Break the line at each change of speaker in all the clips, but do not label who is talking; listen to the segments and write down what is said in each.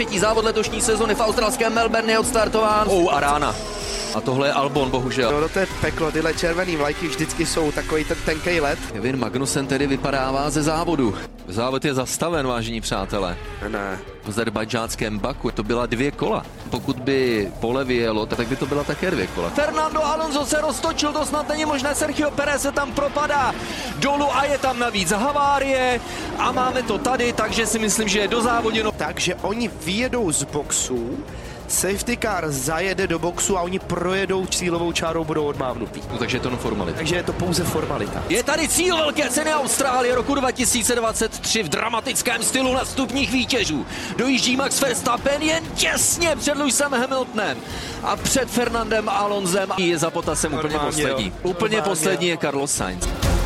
třetí závod letošní sezony v australském Melbourne je odstartován. A rána. A tohle je Albon, bohužel.
No to je peklo, tyhle červený vlajky vždycky jsou takový ten tenkej led.
Kevin Magnussen tedy vypadává ze závodu. Závod je zastaven, vážení přátelé.
Ne.
V azerbajdžánském Baku to byla 2 kola. Pokud by pole vyjelo, tak by to byla také 2 kola. Fernando Alonso se roztočil, to snad není možné. Sergio Pérez se tam propadá dolů a je tam navíc havárie. A máme to tady, takže si myslím, že je dozávoděno.
Takže oni vyjedou z boxu, safety car zajede do boxu a oni projedou cílovou čárou, budou odmávnutí.
No, takže je to jen formalita.
Takže je to pouze formalita.
Je tady cíl velké ceny Austrálie roku 2023 v dramatickém stylu nastupních vítězů. Dojíždí Max Verstappen jen těsně před Lewisem Hamiltonem a před Fernandem Alonsem. Je za potasem úplně poslední.
Jo.
Úplně poslední je Carlos Sainz.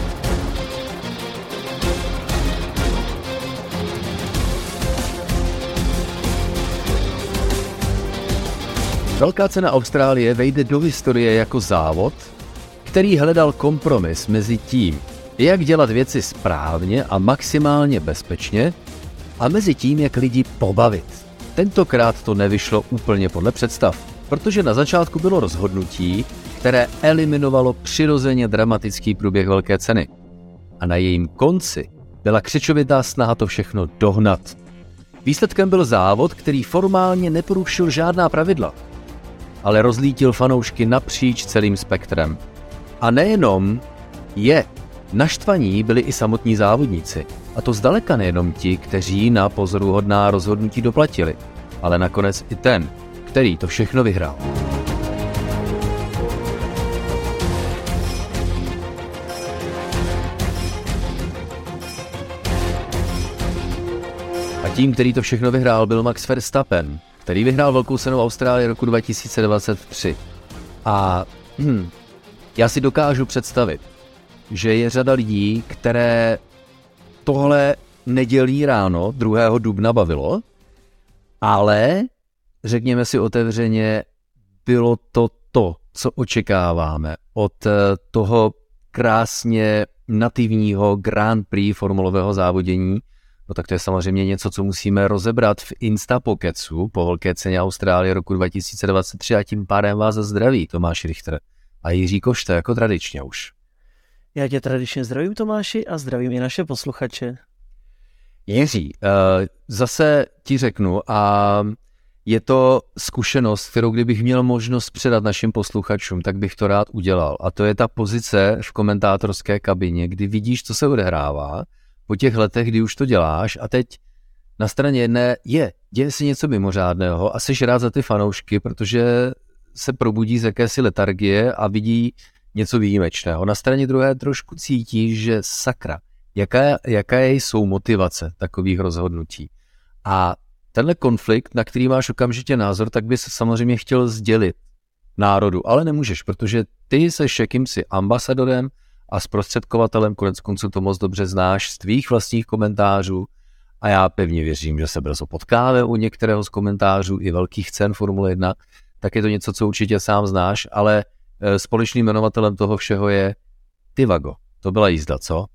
Velká cena Austrálie vejde do historie jako závod, který hledal kompromis mezi tím, jak dělat věci správně a maximálně bezpečně, a mezi tím, jak lidi pobavit. Tentokrát to nevyšlo úplně podle představ, protože na začátku bylo rozhodnutí, které eliminovalo přirozeně dramatický průběh velké ceny. A na jejím konci byla křečovitá snaha to všechno dohnat. Výsledkem byl závod, který formálně neporušil žádná pravidla, ale rozlítil fanoušky napříč celým spektrem. A nejenom naštvaní byli i samotní závodníci. A to zdaleka nejenom ti, kteří na pozoruhodná rozhodnutí doplatili, ale nakonec i ten, který to všechno vyhrál. A tím, který to všechno vyhrál, byl Max Verstappen, který vyhrál velkou cenu Austrálie roku 2023. A já si dokážu představit, že je řada lidí, které tohle nedělí ráno 2. dubna bavilo, ale řekněme si otevřeně, bylo to, co očekáváme od toho krásně nativního Grand Prix formulového závodění. No tak to je samozřejmě něco, co musíme rozebrat v Instapokecu po velké ceně Austrálie roku 2023 a tím pádem vás zdraví Tomáš Richter a Jiří Košta jako tradičně už.
Já tě tradičně zdravím, Tomáši, a zdravím i naše posluchače.
Jiří, zase ti řeknu, a je to zkušenost, kterou kdybych měl možnost předat našim posluchačům, tak bych to rád udělal. A to je ta pozice v komentátorské kabině, kdy vidíš, co se odehrává po těch letech, kdy už to děláš, a teď na straně jedné děje se něco mimořádného a jsi rád za ty fanoušky, protože se probudí z jakési letargie a vidí něco výjimečného. Na straně druhé trošku cítíš, že sakra, jaké jsou motivace takových rozhodnutí. A tenhle konflikt, na který máš okamžitě názor, tak bys samozřejmě chtěl sdělit národu, ale nemůžeš, protože ty seš jakýmsi ambasadorem a zprostředkovatelem, koneckonců to moc dobře znáš z tvých vlastních komentářů, a já pevně věřím, že se brzo potkáme u některého z komentářů i velkých cen Formule 1, tak je to něco, co určitě sám znáš, ale společným jmenovatelem toho všeho je Tivago. To byla jízda, co?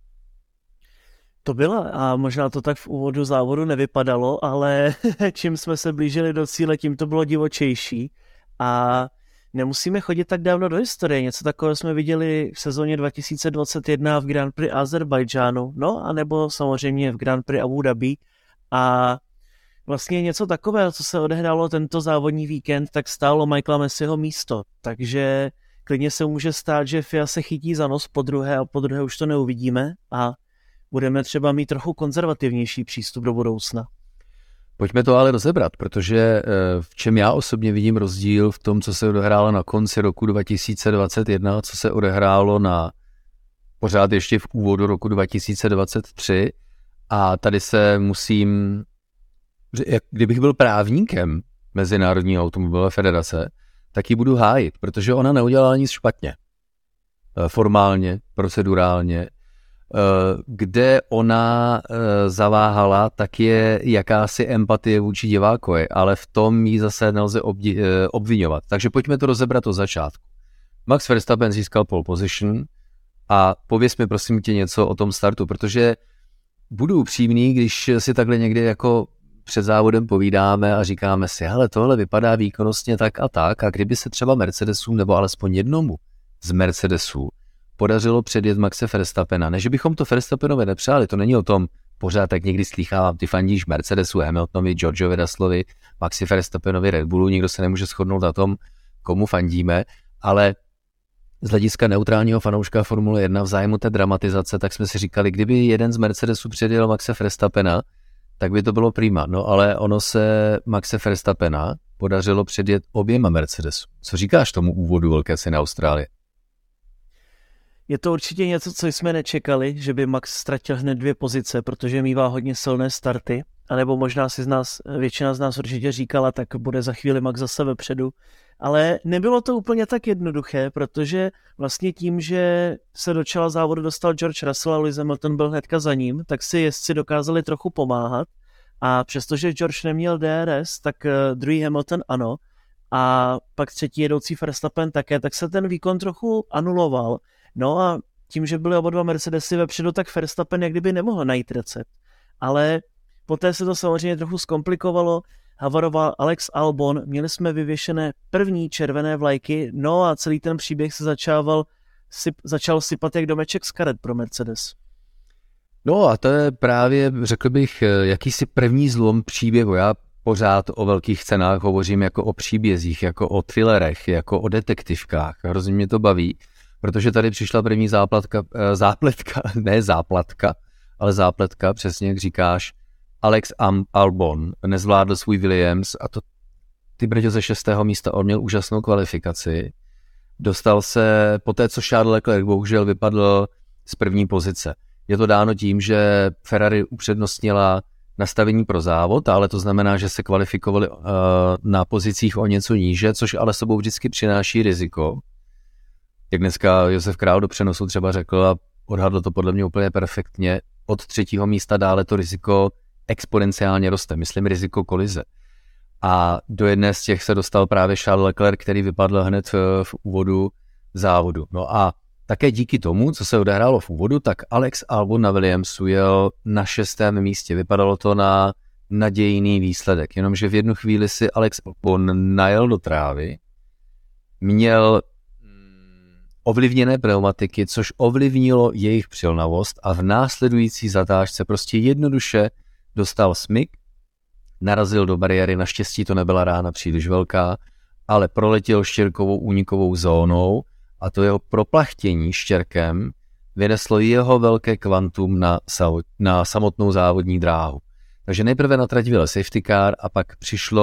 To byla, a možná to tak v úvodu závodu nevypadalo, ale čím jsme se blížili do cíle, tím to bylo divočejší. A nemusíme chodit tak dávno do historie. Něco takového jsme viděli v sezóně 2021 v Grand Prix Azerbajdžánu, no a nebo samozřejmě v Grand Prix Abu Dhabi. A vlastně něco takového, co se odehrálo tento závodní víkend, tak stálo Michaela Messiho místo. Takže klidně se může stát, že FIA se chytí za nos podruhé a podruhé už to neuvidíme a budeme třeba mít trochu konzervativnější přístup do budoucna.
Pojďme to ale rozebrat, protože v čem já osobně vidím rozdíl v tom, co se odehrálo na konci roku 2021, co se odehrálo na pořád ještě v úvodu roku 2023, a tady se musím, kdybych byl právníkem Mezinárodní automobilové federace, tak ji budu hájit, protože ona neudělala nic špatně. Formálně, procedurálně. Kde ona zaváhala, tak je jakási empatie vůči divákovi, ale v tom ji zase nelze obvinovat. Takže pojďme to rozebrat od začátku. Max Verstappen získal pole position a pověz mi prosím tě něco o tom startu, protože budu upřímný, když si takhle někdy jako před závodem povídáme a říkáme si, hele, tohle vypadá výkonnostně tak a kdyby se třeba Mercedesům nebo alespoň jednomu z Mercedesů podařilo předjet Maxe Verstappena, ne, že bychom to Verstappenovi nepřáli, to není o tom, pořád tak někdy slýchávám, ty fandíš Mercedesu, Hamiltonovi, Georgeovi Russellovi, Maxi Verstappenovi, Red Bullu, nikdo se nemůže shodnout na tom, komu fandíme, ale z hlediska neutrálního fanouška Formule 1 v zájmu té dramatizace, tak jsme si říkali, kdyby jeden z Mercedesu předjel Maxe Verstappena, tak by to bylo prima. No ale ono se Maxe Verstappena podařilo předjet oběma Mercedesu. Co říkáš tomu úvodu velké ceny Austrálie?
Je to určitě něco, co jsme nečekali, že by Max ztratil hned 2 pozice, protože mívá hodně silné starty, anebo možná si většina z nás určitě říkala, tak bude za chvíli Max zase vepředu. Ale nebylo to úplně tak jednoduché, protože vlastně tím, že se do čela závodu dostal George Russell a Lewis Hamilton byl hnedka za ním, tak si jezdci dokázali trochu pomáhat. A přestože George neměl DRS, tak druhý Hamilton ano. A pak třetí jedoucí Verstappen také, tak se ten výkon trochu anuloval. No a tím, že byly oba dva Mercedesy vepředu, tak Verstappen jak kdyby nemohl najít recept. Ale poté se to samozřejmě trochu zkomplikovalo, havaroval Alex Albon, měli jsme vyvěšené první červené vlajky, no a celý ten příběh se začal sypat jak domeček z karet pro Mercedes.
No a to je právě, řekl bych, jakýsi první zlom příběhu. Já pořád o velkých cenách hovořím jako o příbězích, jako o thrillerech, jako o detektivkách. Hrozně mě to baví, protože tady přišla první zápletka, přesně jak říkáš. Alex Albon nezvládl svůj Williams a to ty brďo ze 6. místa, on měl úžasnou kvalifikaci. Dostal se po té, co Charles Leclerc bohužel vypadl z první pozice. Je to dáno tím, že Ferrari upřednostnila nastavení pro závod, ale to znamená, že se kvalifikovali na pozicích o něco níže, což ale sebou vždycky přináší riziko. Jak dneska Josef Král do přenosu třeba řekl a odhadl to podle mě úplně perfektně, od 3. místa dále to riziko exponenciálně roste, myslím riziko kolize. A do jedné z těch se dostal právě Charles Leclerc, který vypadl hned v úvodu závodu. No a také díky tomu, co se odehrálo v úvodu, tak Alex Albon na Williamsu jel na 6. místě. Vypadalo to na nadějný výsledek, jenomže v jednu chvíli si Alex Albon najel do trávy, měl ovlivněné pneumatiky, což ovlivnilo jejich přilnavost a v následující zatáčce prostě jednoduše dostal smyk, narazil do bariéry, naštěstí to nebyla rána příliš velká, ale proletěl štěrkovou únikovou zónou a to jeho proplachtění štěrkem vyneslo jeho velké kvantum na samotnou závodní dráhu. Takže nejprve na trať vyjel safety car a pak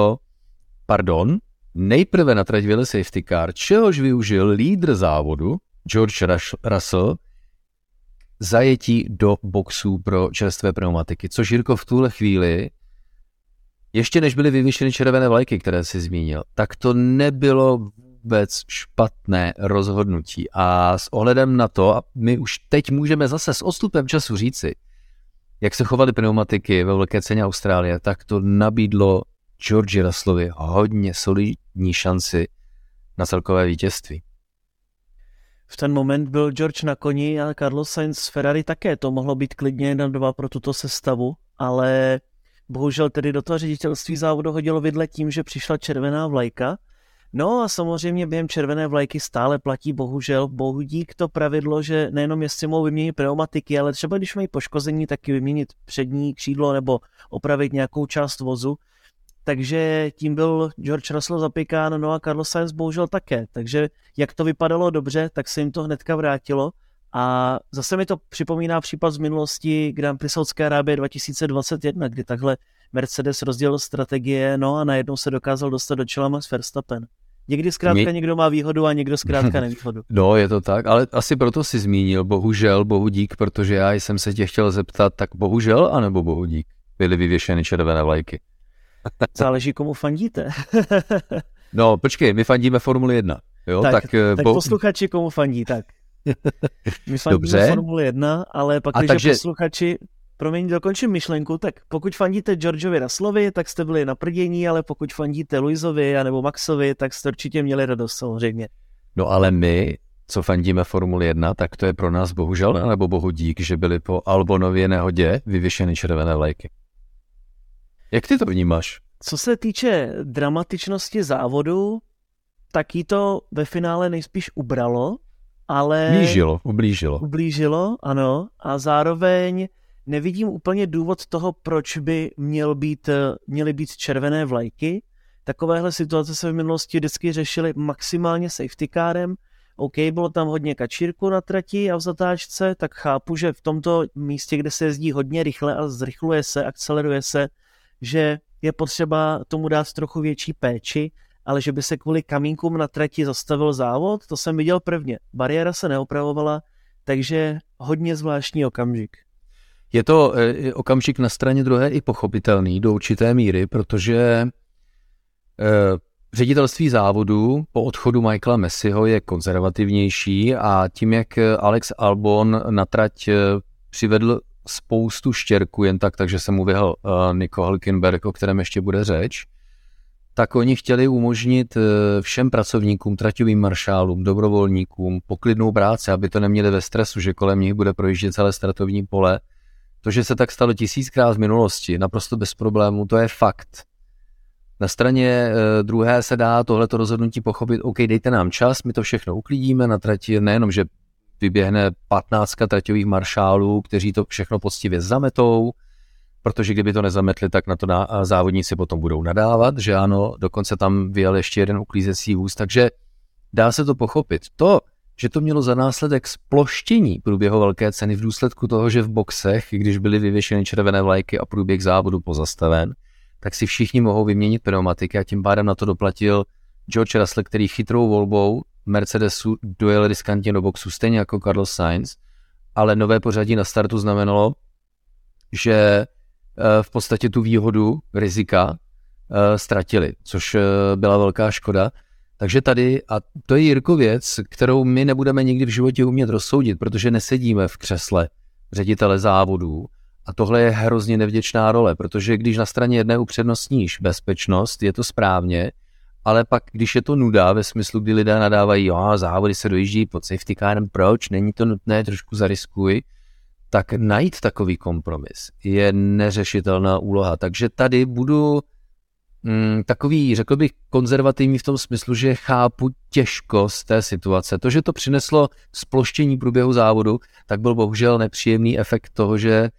nejprve na trať vyjel safety car, čehož využil lídr závodu George Russell zajetí do boxů pro čerstvé pneumatiky, což Jirko v tuhle chvíli, ještě než byly vyvěšeny červené vlajky, které si zmínil, tak to nebylo vůbec špatné rozhodnutí. A s ohledem na to, a my už teď můžeme zase s odstupem času říci, jak se chovaly pneumatiky ve velké ceně Austrálie, tak to nabídlo Georgi Russellovi hodně solidní šanci na celkové vítězství.
V ten moment byl George na koni a Carlos Sainz z Ferrari také. To mohlo být klidně 1-2 pro tuto sestavu, ale bohužel tedy do toho ředitelství závodu hodilo vidle tím, že přišla červená vlajka. No a samozřejmě během červené vlajky stále platí bohužel bohudík to pravidlo, že nejenom jezdci mohou vyměnit pneumatiky, ale třeba když mají poškození, taky vyměnit přední křídlo nebo opravit nějakou část vozu. Takže tím byl George Russell zapěkán, no a Carlos Sainz bohužel také. Takže jak to vypadalo dobře, tak se jim to hnedka vrátilo. A zase mi to připomíná případ z minulosti Grand Prix Saudské Arábie 2021, kdy takhle Mercedes rozdělil strategie, no a najednou se dokázal dostat do čela Max Verstappen. Někdy zkrátka někdo má výhodu a někdo zkrátka nevýhodu.
No, je to tak, ale asi proto si zmínil bohužel, bohudík, protože já jsem se tě chtěl zeptat, tak bohužel anebo bohudík byly vyvěšeny červené vlajky?
Záleží, komu fandíte.
No, počkej, my fandíme Formuli 1. Jo?
Tak posluchači komu fandí, tak. My fandíme Formuli 1, ale pak, když posluchači, dokončím myšlenku, tak pokud fandíte Georgeovi Russellovi, tak jste byli na prdění, ale pokud fandíte Lewisovi nebo Maxovi, tak jste určitě měli radost samozřejmě.
No ale my, co fandíme Formuli 1, tak to je pro nás bohužel nebo bohudík, že byly po Albonově nehodě vyvěšeny červené vlajky. Jak ty to vnímáš?
Co se týče dramatičnosti závodu, tak jí to ve finále nejspíš ubralo, ale... Ublížilo, ano. A zároveň nevidím úplně důvod toho, proč by měly být červené vlajky. Takovéhle situace se v minulosti vždycky řešily maximálně safety carem. OK, bylo tam hodně kačírku na trati a v zatáčce, tak chápu, že v tomto místě, kde se jezdí hodně rychle a zrychluje se, akceleruje se, že je potřeba tomu dát trochu větší péči, ale že by se kvůli kamínkům na trati zastavil závod, to jsem viděl prvně. Bariéra se neopravovala, takže hodně zvláštní okamžik.
Je to okamžik na straně druhé i pochopitelný do určité míry, protože ředitelství závodu po odchodu Michaela Messiho je konzervativnější a tím, jak Alex Albon na trať přivedl spoustu štěrku jen tak, takže se mu vyhl Nico Hülkenberg, o kterém ještě bude řeč, tak oni chtěli umožnit všem pracovníkům, traťovým maršálům, dobrovolníkům poklidnou práci, aby to neměli ve stresu, že kolem nich bude projíždět celé startovní pole. To, že se tak stalo 1000krát v minulosti, naprosto bez problémů, to je fakt. Na straně druhé se dá tohleto rozhodnutí pochopit, OK, dejte nám čas, my to všechno uklidíme na trati, nejenom, že vyběhne 15 traťových maršálů, kteří to všechno poctivě zametou, protože kdyby to nezametli, tak na to závodníci potom budou nadávat, že ano, dokonce tam vyjel ještě jeden uklízecí vůz, takže dá se to pochopit. To, že to mělo za následek sploštění průběhu velké ceny v důsledku toho, že v boxech, když byly vyvěšeny červené vlajky a průběh závodu pozastaven, tak si všichni mohou vyměnit pneumatiky a tím pádem na to doplatil George Russell, který chytrou volbou Mercedesu dojel riskantně do boxu, stejně jako Carlos Sainz, ale nové pořadí na startu znamenalo, že v podstatě tu výhodu rizika ztratili, což byla velká škoda. Takže tady, a to je, Jirko, věc, kterou my nebudeme nikdy v životě umět rozsoudit, protože nesedíme v křesle ředitele závodů. A tohle je hrozně nevděčná role, protože když na straně jedné upřednostníš bezpečnost, je to správně, ale pak, když je to nuda, ve smyslu, kdy lidé nadávají, závody se dojíždí pod safety carem, proč, není to nutné, trošku zariskuj, tak najít takový kompromis je neřešitelná úloha. Takže tady budu takový, řekl bych, konzervativní v tom smyslu, že chápu těžkost té situace. To, že to přineslo sploštění průběhu závodu, tak byl bohužel nepříjemný efekt toho, že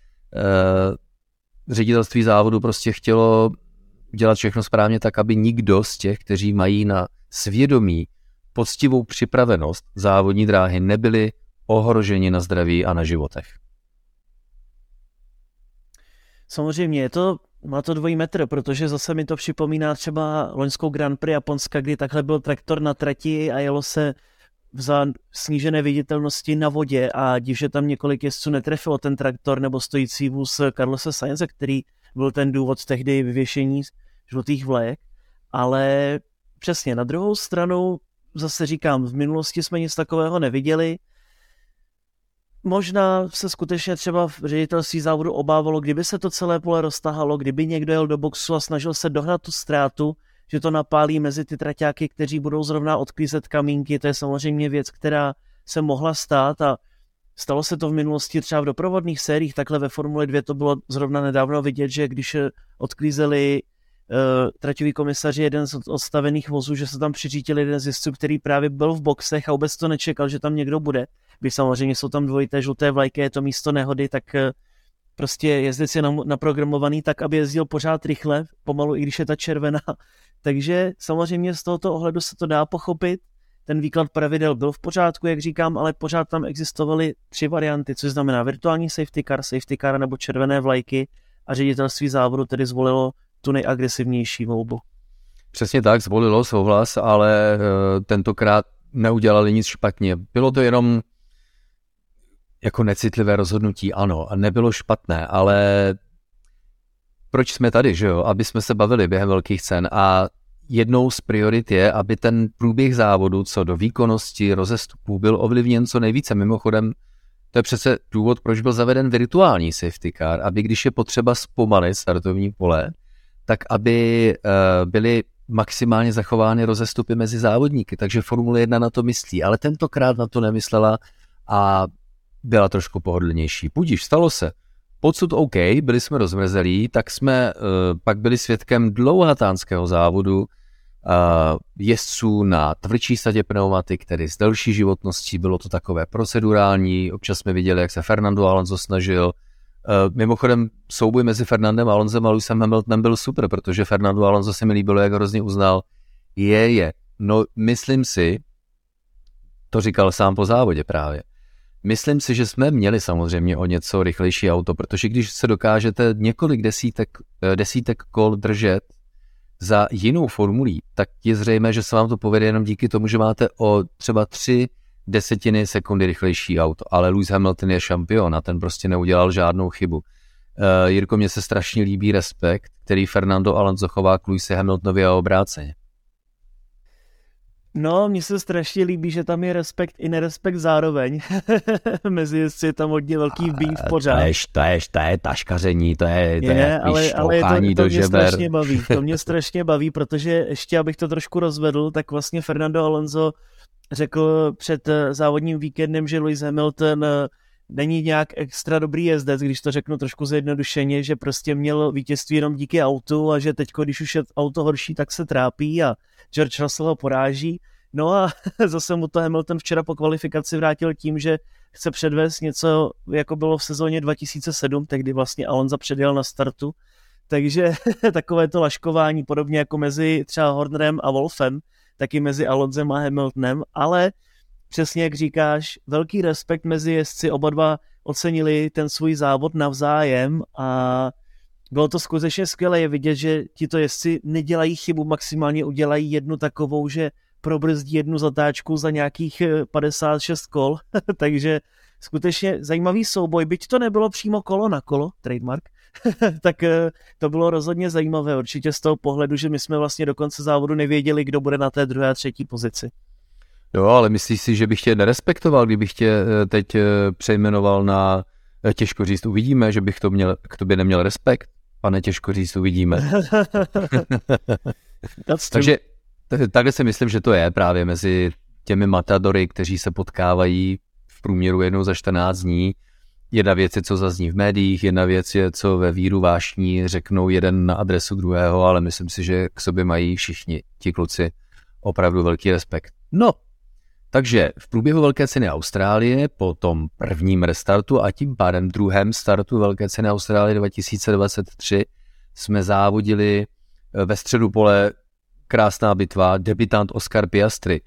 ředitelství závodu prostě chtělo dělat všechno správně tak, aby nikdo z těch, kteří mají na svědomí poctivou připravenost závodní dráhy, nebyli ohroženi na zdraví a na životech.
Samozřejmě má to dvojí metr, protože zase mi to připomíná třeba loňskou Grand Prix Japonska, kdy takhle byl traktor na trati a jelo se za snížené viditelnosti na vodě a div, že tam několik jezdců netrefilo ten traktor nebo stojící vůz Carlose Sainze, který byl ten důvod tehdy vyvěšení žlutých vlajek. Ale přesně, na druhou stranu zase říkám, v minulosti jsme nic takového neviděli. Možná se skutečně třeba v ředitelství závodu obávalo, kdyby se to celé pole roztahalo, kdyby někdo jel do boxu a snažil se dohnat tu ztrátu, že to napálí mezi ty traťáky, kteří budou zrovna odklízet kamínky. To je samozřejmě věc, která se mohla stát a stalo se to v minulosti třeba v doprovodných sériích. Takhle ve Formuli 2 to bylo zrovna nedávno vidět, že když odklízeli traťoví komisaři jeden z odstavených vozů, že se tam přiřítil jeden z jezdců, který právě byl v boxech a vůbec to nečekal, že tam někdo bude. Když samozřejmě jsou tam dvojité žluté vlajky, je to místo nehody, tak prostě jezdec je naprogramovaný tak, aby jezdil pořád rychle, pomalu, i když je ta červená. Takže samozřejmě z tohoto ohledu se to dá pochopit. Ten výklad pravidel byl v pořádku, jak říkám, ale pořád tam existovaly 3 varianty, což znamená virtuální safety car nebo červené vlajky a ředitelství závodu tedy zvolilo tu nejagresivnější volbu.
Přesně tak, zvolilo, souhlas, ale tentokrát neudělali nic špatně. Bylo to jenom jako necitlivé rozhodnutí, ano, a nebylo špatné, ale proč jsme tady, že jo? Aby jsme se bavili během velkých cen a jednou z priorit je, aby ten průběh závodu co do výkonnosti, rozestupů byl ovlivněn co nejvíce. Mimochodem, to je přece důvod, proč byl zaveden virtuální safety car, aby když je potřeba zpomalit startovní pole, tak aby byly maximálně zachovány rozestupy mezi závodníky. Takže Formule 1 na to myslí, ale tentokrát na to nemyslela a byla trošku pohodlnější. Budíš, stalo se. Podsud OK, byli jsme rozmrzelí, tak jsme pak byli svědkem dlouhatánského závodu jezdců na tvrdší sadě pneumatik, tedy s delší životností, bylo to takové procedurální, občas jsme viděli, jak se Fernando Alonso snažil. Mimochodem souboj mezi Fernandem Alonsem a Lewisem Hamiltonem byl super, protože Fernando Alonso se mi líbilo, jak hrozně uznal, no myslím si, to říkal sám po závodě právě, myslím si, že jsme měli samozřejmě o něco rychlejší auto, protože když se dokážete několik desítek kol držet za jinou formulí, tak je zřejmé, že se vám to povede jenom díky tomu, že máte o třeba 0,3 sekundy rychlejší auto. Ale Lewis Hamilton je šampion a ten prostě neudělal žádnou chybu. Jirko, mně se strašně líbí respekt, který Fernando Alonso chová k Lewisi Hamiltonovi a obráceně.
No, mně se strašně líbí, že tam je respekt i nerespekt zároveň. Mezi jezdci je tam hodně velký beef pořád.
To je taškaření, to je
šlouchání do žeber. To mě strašně baví, protože ještě, abych to trošku rozvedl, tak vlastně Fernando Alonso řekl před závodním víkendem, že Lewis Hamilton není nějak extra dobrý jezdec, když to řeknu trošku zjednodušeně, že prostě měl vítězství jenom díky autu a že teďko, když už je auto horší, tak se trápí a George Russell ho poráží. No a zase mu to Hamilton včera po kvalifikaci vrátil tím, že chce předvést něco, jako bylo v sezóně 2007, kdy vlastně Alonso předjel na startu. Takže takové to laškování, podobně jako mezi třeba Hornerem a Wolfem, taky mezi Alonsem a Hamiltonem, ale přesně jak říkáš, velký respekt mezi jezdci, oba dva ocenili ten svůj závod navzájem a bylo to skutečně skvělé, je vidět, že tito jezdci nedělají chybu, maximálně udělají jednu takovou, že probrzdí jednu zatáčku za nějakých 56 kol, takže skutečně zajímavý souboj, byť to nebylo přímo kolo na kolo, trademark, tak to bylo rozhodně zajímavé, určitě z toho pohledu, že my jsme vlastně do konce závodu nevěděli, kdo bude na té druhé a třetí pozici.
Jo, ale myslíš si, že bych tě nerespektoval, kdybych tě teď přejmenoval na těžko říct uvidíme, že bych k tobě neměl respekt? Pane, těžko říct uvidíme. Takže takhle si myslím, že to je právě mezi těmi matadory, kteří se potkávají v průměru jednou za 14 dní. Jedna věc je, co zazní v médiích, jedna věc je, co ve víru vášní řeknou jeden na adresu druhého, ale myslím si, že k sobě mají všichni ti kluci opravdu velký respekt. No, takže v průběhu Velké ceny Austrálie, po tom prvním restartu a tím pádem druhém startu Velké ceny Austrálie 2023 jsme závodili ve středu pole krásná bitva, debutant Oscar Piastri.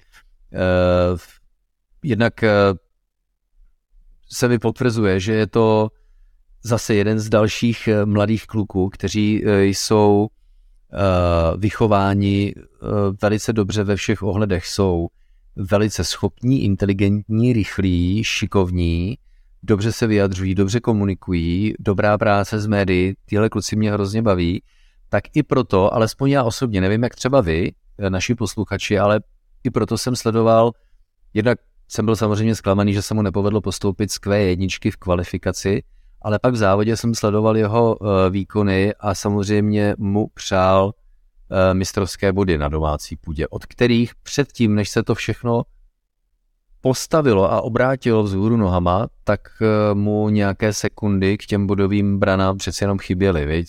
Jednak se mi potvrzuje, že je to zase jeden z dalších mladých kluků, kteří jsou vychováni velice dobře ve všech ohledech, jsou velice schopní, inteligentní, rychlí, šikovní, dobře se vyjadřují, dobře komunikují, dobrá práce s médií, tyhle kluci mě hrozně baví, tak i proto, alespoň já osobně, nevím jak třeba vy, naši posluchači, ale i proto jsem sledoval, jednak jsem byl samozřejmě zklamaný, že se mu nepovedlo postoupit z Q1 v kvalifikaci, ale pak v závodě jsem sledoval jeho výkony a samozřejmě mu přál mistrovské body na domácí půdě, od kterých předtím, než se to všechno postavilo a obrátilo vzhůru nohama, tak mu nějaké sekundy k těm bodovým branám přeci jenom chyběly, viď?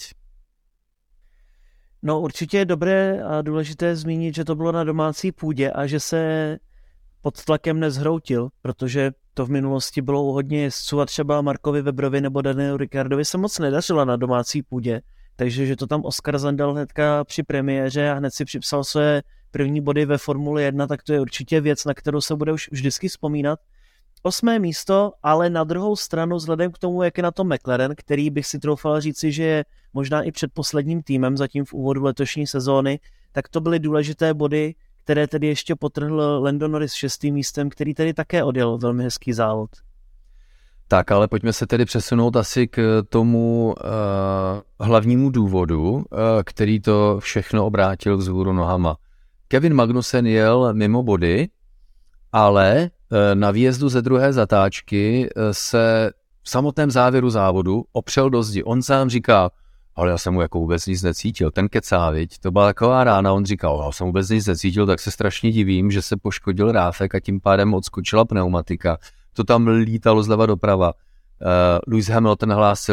No určitě je dobré a důležité zmínit, že to bylo na domácí půdě a že se pod tlakem nezhroutil, protože to v minulosti bylo u hodně jezdců a třeba Markovi Webberovi nebo Danielu Ricciardovi se moc nedařilo na domácí půdě, takže že to tam Oscar zandal hnedka při premiéře a hned si připsal své první body ve Formuli 1, tak to je určitě věc, na kterou se bude už vždycky vzpomínat. 8. místo, ale na druhou stranu vzhledem k tomu, jak je na tom McLaren, který bych si troufal říci, že je možná i předposledním týmem zatím v úvodu letošní sezóny, tak to byly důležité body, které tedy ještě potrhl Lando Norris 6. místem, který tedy také odjel velmi hezký závod.
Tak, ale pojďme se tedy přesunout asi k tomu hlavnímu důvodu, který to všechno obrátil vzhůru nohama. Kevin Magnussen jel mimo body, ale na výjezdu ze druhé zatáčky se v samotném závěru závodu opřel do zdi. On sám říká, ale já jsem mu jako vůbec nic necítil, ten kecá, viď? To byla taková rána, on říkal, já jsem vůbec nic necítil, tak se strašně divím, že se poškodil ráfek a tím pádem odskočila pneumatika. To tam lítalo zleva doprava. Lewis Hamilton hlásil,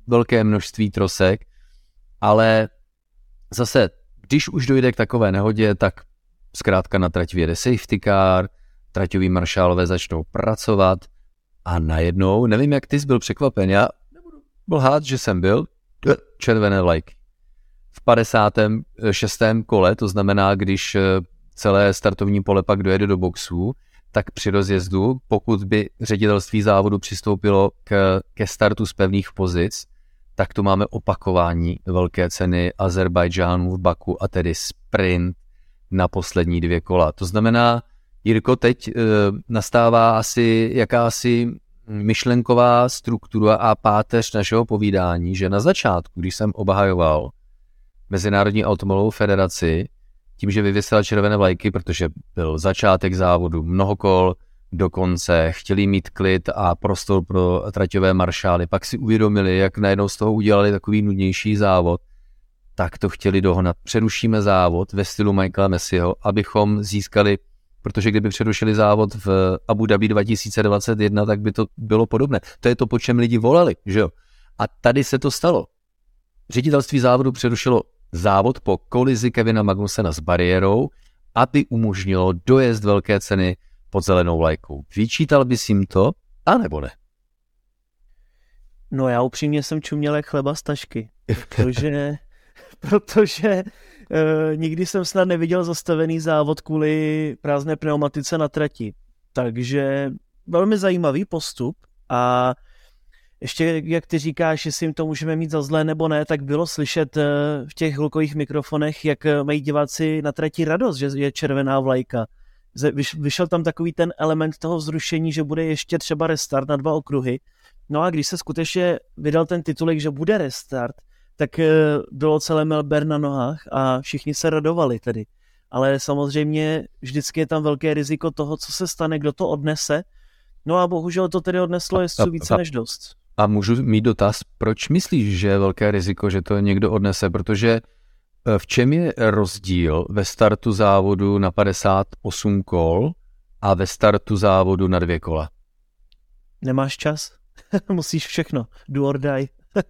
velké množství trosek, ale zase, když už dojde k takové nehodě, tak zkrátka na trať vyjede safety car, traťoví maršálové začnou pracovat a najednou, nevím, jak ty jsi byl překvapen, já nebudu lhát, že jsem byl, červené vlajky. V 56. kole, to znamená, když celé startovní pole pak dojede do boxů, tak při rozjezdu, pokud by ředitelství závodu přistoupilo ke startu z pevných pozic, tak tu máme opakování velké ceny Azerbajdžánu v Baku a tedy sprint na poslední 2 kola. To znamená, Jirko, teď nastává asi jakási myšlenková struktura a páteř našeho povídání, že na začátku, když jsem obhajoval Mezinárodní automobilovou federaci, tím, že vyvěsila červené vlajky, protože byl začátek závodu, mnoho kol do konce, chtěli mít klid a prostor pro traťové maršály, pak si uvědomili, jak najednou z toho udělali takový nudnější závod, tak to chtěli dohnat. Přerušíme závod ve stylu Michaela Messiho, abychom získali, protože kdyby přerušili závod v Abu Dhabi 2021, tak by to bylo podobné. To je to, po čem lidi volali, že jo? A tady se to stalo. Ředitelství závodu přerušilo závod po kolizi Kevina Magnusena s bariérou, aby umožnilo dojezd velké ceny pod zelenou vlajkou. Vyčítal bys jim to, anebo ne?
No já upřímně jsem čuměl jak chleba z tašky, protože nikdy jsem snad neviděl zastavený závod kvůli prázdné pneumatice na trati. Takže velmi zajímavý postup a ještě, jak ty říkáš, jestli jim to můžeme mít za zlé nebo ne, tak bylo slyšet v těch hlukových mikrofonech, jak mají diváci na trati radost, že je červená vlajka. Vyšel tam takový ten element toho vzrušení, že bude ještě třeba restart na 2 okruhy. No a když se skutečně vydal ten titulek, že bude restart, tak bylo celé Melbourne na nohách a všichni se radovali tedy. Ale samozřejmě vždycky je tam velké riziko toho, co se stane, kdo to odnese. No a bohužel to tedy odneslo jezdců více než dost.
A můžu mít dotaz, proč myslíš, že je velké riziko, že to někdo odnese? Protože v čem je rozdíl ve startu závodu na 58 kol a ve startu závodu na 2 kola?
Nemáš čas? Musíš všechno. Do or die.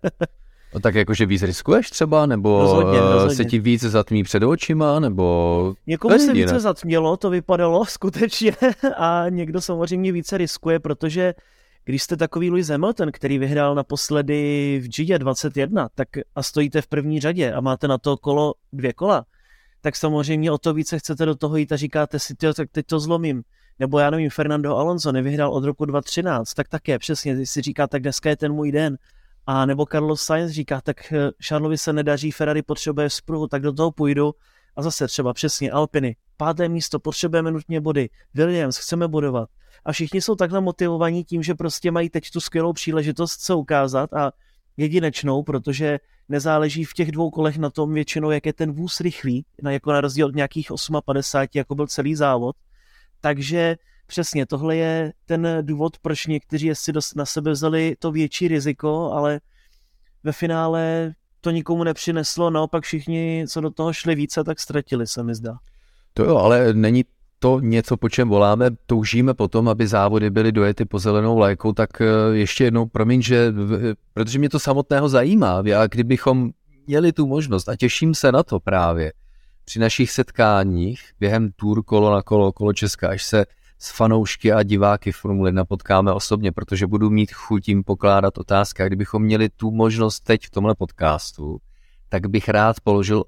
No tak jakože víc riskuješ třeba, nebo rozhodně. Se ti víc zatmí před očima, nebo...
Někomu se více zatmělo, to vypadalo skutečně a někdo samozřejmě více riskuje, protože když jste takový Lewis Hamilton, který vyhrál naposledy v Gidě 21, tak a stojíte v první řadě a máte na to 2 kola, tak samozřejmě o to více chcete do toho jít a říkáte si, tak teď to zlomím. Nebo já nevím, Fernando Alonso nevyhrál od roku 2013, tak také přesně, když si říká, tak dneska je ten můj den. A nebo Carlos Sainz říká, tak Charlesovi se nedaří, Ferrari potřebuje spruhu, tak do toho půjdu. A zase třeba přesně Alpiny, 5. místo, potřebujeme nutně body, Williams, chceme bodovat. A všichni jsou takhle motivovaní tím, že prostě mají teď tu skvělou příležitost se ukázat a jedinečnou, protože nezáleží v těch 2 kolech na tom většinou, jak je ten vůz rychlý, jako na rozdíl od nějakých 58, jako byl celý závod. Takže přesně tohle je ten důvod, proč někteří si na sebe vzali to větší riziko, ale ve finále to nikomu nepřineslo, naopak všichni, co do toho šli více, tak ztratili, se mi zdá.
To jo, ale není to něco, po čem voláme, toužíme potom, aby závody byly dojety po zelenou vlajkou, tak ještě jednou, promiň, protože mě to samotného zajímá, a kdybychom měli tu možnost, a těším se na to právě, při našich setkáních během tour kolo na kolo Česka, až se s fanoušky a diváky Formule 1 potkáme osobně, protože budu mít chuť jim pokládat otázky. A kdybychom měli tu možnost teď v tomhle podcastu, tak bych rád položil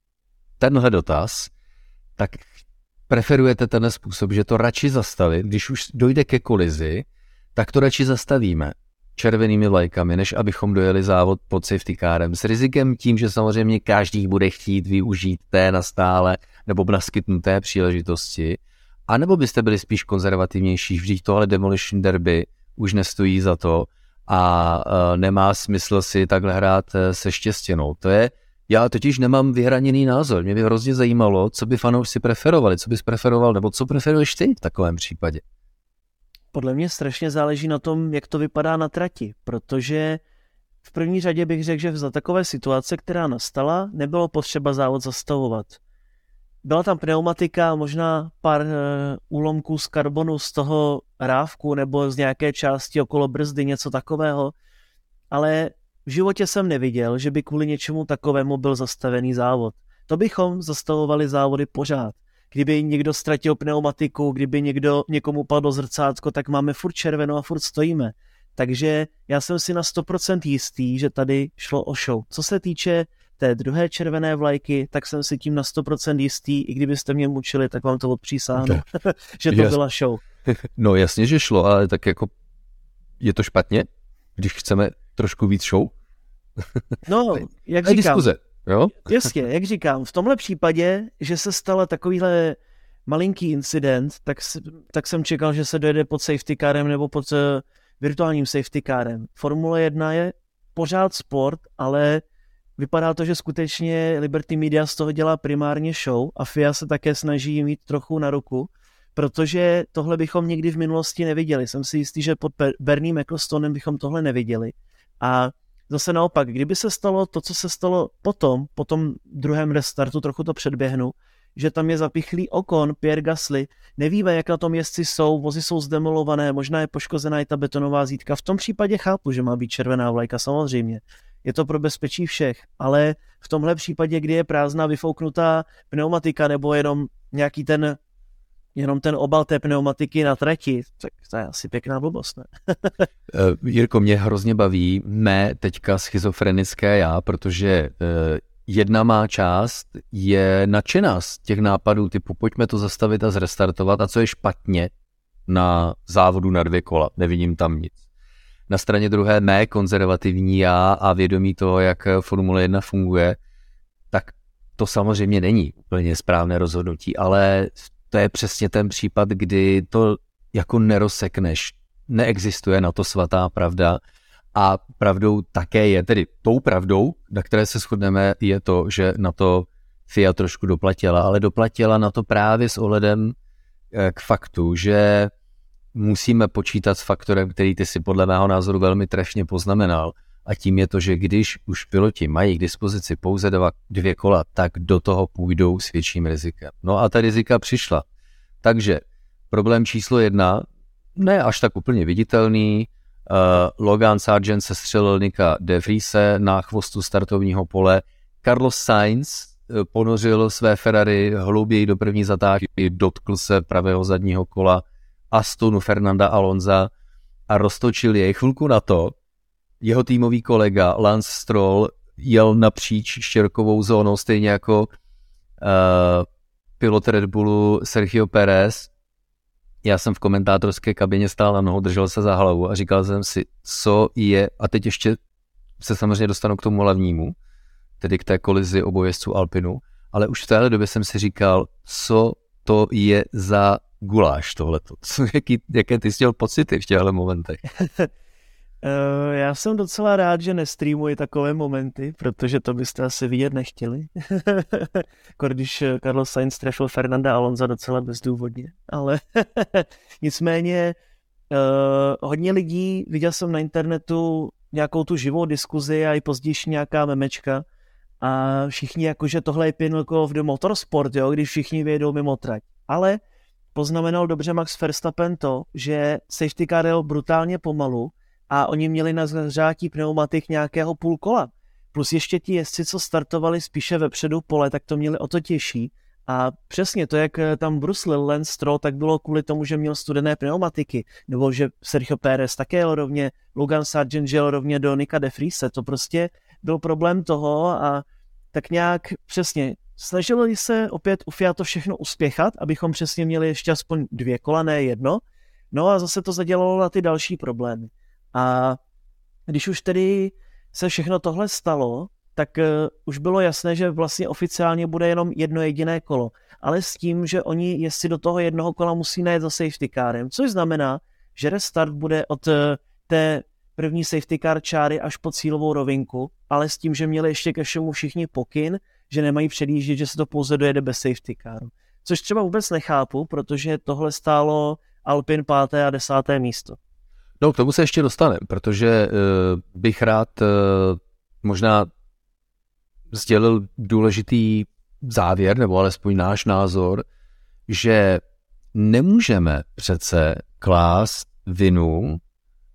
tenhle dotaz, tak preferujete ten způsob, že to radši zastavit, když už dojde ke kolizi, tak to radši zastavíme červenými vlajkami, než abychom dojeli závod pod safety carem. S rizikem tím, že samozřejmě každý bude chtít využít té nastále nebo naskytnuté příležitosti. A nebo byste byli spíš konzervativnější, vždyť tohle Demolition Derby už nestojí za to a nemá smysl si takhle hrát se štěstěnou. To je, já totiž nemám vyhraněný názor. Mě by hrozně zajímalo, co by fanoušci preferovali, co bys preferoval, nebo co preferuješ ty v takovém případě.
Podle mě strašně záleží na tom, jak to vypadá na trati, protože v první řadě bych řekl, že za takové situace, která nastala, nebylo potřeba závod zastavovat. Byla tam pneumatika, možná pár úlomků z karbonu z toho rávku nebo z nějaké části okolo brzdy, něco takového, ale v životě jsem neviděl, že by kvůli něčemu takovému byl zastavený závod. To bychom zastavovali závody pořád. Kdyby někdo ztratil pneumatiku, kdyby někomu padlo zrcátko, tak máme furt červenou a furt stojíme. Takže já jsem si na 100% jistý, že tady šlo o show. Co se týče té druhé červené vlajky, tak jsem si tím na 100% jistý, i kdybyste mě mučili, tak vám to odpřísáhnu, že to byla show.
No jasně, že šlo, ale tak jako je to špatně, když chceme trošku víc show?
No, jak říkám.
Diskuze, jo?
Jasně, jak říkám, v tomhle případě, že se stala takovýhle malinký incident, tak jsem čekal, že se dojede pod safety carem nebo pod virtuálním safety carem. Formule 1 je pořád sport, ale vypadá to, že skutečně Liberty Media z toho dělá primárně show a FIA se také snaží mít trochu na ruku, protože tohle bychom nikdy v minulosti neviděli. Jsem si jistý, že pod Bernie Ecclestonem bychom tohle neviděli. A zase naopak, kdyby se stalo to, co se stalo po tom druhém restartu, trochu to předběhnu, že tam je zapichlý Ocon, Pierre Gasly, nevíme, jak na tom jezdci jsou, vozy jsou zdemolované, možná je poškozená i ta betonová zítka. V tom případě chápu, že má být červená vlajka, samozřejmě. Je to pro bezpečí všech, ale v tomhle případě, kdy je prázdná vyfouknutá pneumatika nebo jenom ten obal té pneumatiky na trati, tak to je asi pěkná blbost, ne?
Jirko, mě hrozně baví mé teďka schizofrenické já, protože jedna má část je nadšená z těch nápadů typu pojďme to zastavit a zrestartovat a co je špatně na závodu na 2 kola, nevidím tam nic. Na straně druhé mé konzervativní já a vědomí toho, jak Formule 1 funguje, tak to samozřejmě není úplně správné rozhodnutí, ale to je přesně ten případ, kdy to jako nerozsekneš, neexistuje na to svatá pravda a pravdou také je, tedy tou pravdou, na které se shodneme, je to, že na to FIA trošku doplatila, ale doplatila na to právě s ohledem k faktu, že musíme počítat s faktorem, který ty si podle mého názoru velmi trefně poznamenal, a tím je to, že když už piloti mají k dispozici pouze 2 kola, tak do toho půjdou s větším rizikem. No a ta rizika přišla. Takže problém číslo 1, ne až tak úplně viditelný, Logan Sargent se střelil Nicka de Vriese na chvostu startovního pole, Carlos Sainz ponořil své Ferrari hlouběji do první zatáčky, dotkl se pravého zadního kola Astonu Fernanda Alonsa a roztočil jej. Chvilku na to jeho týmový kolega Lance Stroll jel napříč štěrkovou zónou, stejně jako pilot Red Bullu Sergio Pérez. Já jsem v komentátorské kabině stál na nohou, držel se za hlavu a říkal jsem si, co je, a teď ještě se samozřejmě dostanu k tomu hlavnímu, tedy k té kolizi obou jezdců Alpinu, ale už v téhle době jsem si říkal, co to je za guláš tohleto. Jaké ty jsi měl pocity v těchto momentech?
Já jsem docela rád, že nestreamuji takové momenty, protože to byste asi vidět nechtěli. Když Carlos Sainz trefil Fernanda Alonsa docela bezdůvodně. Ale nicméně hodně lidí, viděl jsem na internetu nějakou tu živou diskuzi a i později nějaká memečka a všichni jakože tohle je pinnacle of the motorsport, jo, když všichni vyjedou mimo trať. Ale poznamenal dobře Max Verstappen to, že safety car jel brutálně pomalu a oni měli na zahřátí pneumatik nějakého půl kola. Plus ještě ti jezdci, co startovali spíše vepředu pole, tak to měli o to těžší. A přesně to, jak tam bruslil Lance Stroll, tak bylo kvůli tomu, že měl studené pneumatiky. Nebo že Sergio Pérez také jel rovně, Logan Sargent jel rovně do Nicka de Vriese. To prostě byl problém toho a tak nějak přesně snažili se opět u FIA to všechno uspěchat, abychom přesně měli ještě aspoň 2 kola, ne 1. No a zase to zadělalo na ty další problémy. A když už tedy se všechno tohle stalo, tak už bylo jasné, že vlastně oficiálně bude jenom 1 jediné kolo. Ale s tím, že oni jestli do toho 1 kola musí najet za safety carem, což znamená, že restart bude od té první safety car čáry až po cílovou rovinku, ale s tím, že měli ještě ke všemu všichni pokyn, že nemají předjíždět, že se to pouze dojede bez safety caru. Což třeba vůbec nechápu, protože tohle stálo Alpine 5. a 10. místo.
No, k tomu se ještě dostaneme, protože bych rád možná sdělil důležitý závěr, nebo alespoň náš názor, že nemůžeme přece klást vinu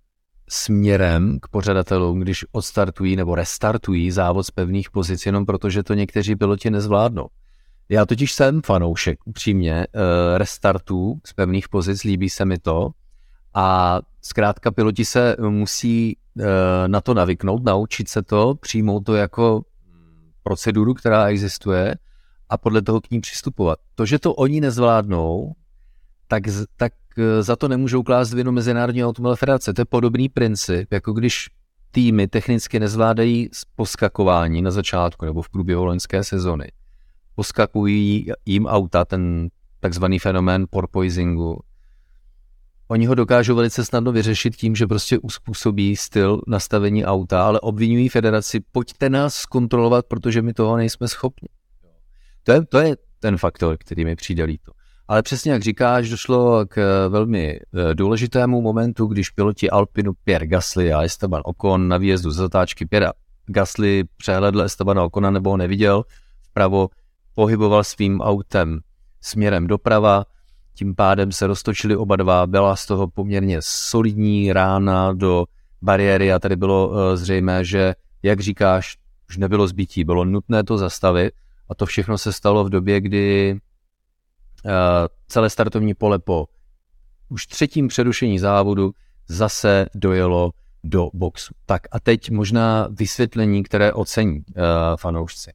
směrem k pořadatelům, když odstartují nebo restartují závod z pevných pozic, jenom protože to někteří piloti nezvládnou. Já totiž jsem fanoušek, upřímně, restartů z pevných pozic, líbí se mi to a zkrátka piloti se musí na to navyknout, naučit se to, přijmout to jako proceduru, která existuje a podle toho k ní přistupovat. To, že to oni nezvládnou, tak za to nemůžou klást vinu Mezinárodní automobilové federace. To je podobný princip, jako když týmy technicky nezvládají poskakování na začátku nebo v průběhu loňské sezony. Poskakují jim auta, ten takzvaný fenomén porpoisingu. Oni ho dokážou velice snadno vyřešit tím, že prostě uspůsobí styl nastavení auta, ale obvinují federaci, pojďte nás zkontrolovat, protože my toho nejsme schopni. To je ten faktor, který mi přijde líto. Ale přesně jak říkáš, došlo k velmi důležitému momentu, když piloti Alpinu Pierre Gasly a Esteban Ocon na výjezdu z zatáčky Pierre Gasly přehlédl Estebana Ocona nebo ho neviděl, vpravo pohyboval svým autem směrem doprava, tím pádem se roztočili oba dva, byla z toho poměrně solidní rána do bariéry a tady bylo zřejmé, že, jak říkáš, už nebylo zbytí, bylo nutné to zastavit a to všechno se stalo v době, kdy celé startovní pole po už třetím přerušení závodu zase dojelo do boxu. Tak a teď možná vysvětlení, které ocení fanoušci.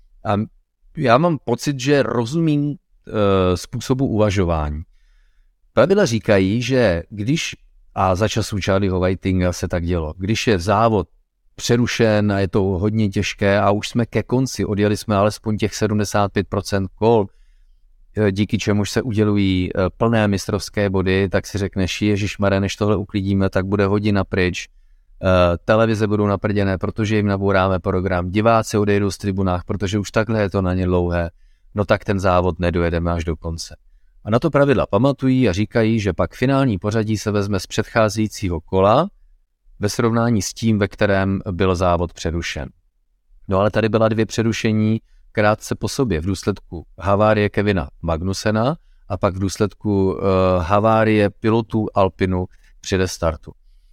Já mám pocit, že rozumím způsobu uvažování. Pravidla říkají, že když, a za času Charlieho Whitinga se tak dělo, když je závod přerušen a je to hodně těžké a už jsme ke konci, odjeli jsme alespoň těch 75% kol, díky čemuž se udělují plné mistrovské body, tak si řekneš, ježišmaré, než tohle uklidíme, tak bude hodina pryč, televize budou naprděné, protože jim nabouráme program, diváci odejdou z tribunách, protože už takhle je to na ně dlouhé, no tak ten závod nedojedeme až do konce. A na to pravidla pamatují a říkají, že pak finální pořadí se vezme z předcházejícího kola ve srovnání s tím, ve kterém byl závod přerušen. No ale tady byla 2 přerušení krátce po sobě v důsledku havárie Kevina Magnusena a pak v důsledku havárie pilotů Alpinu při restartu.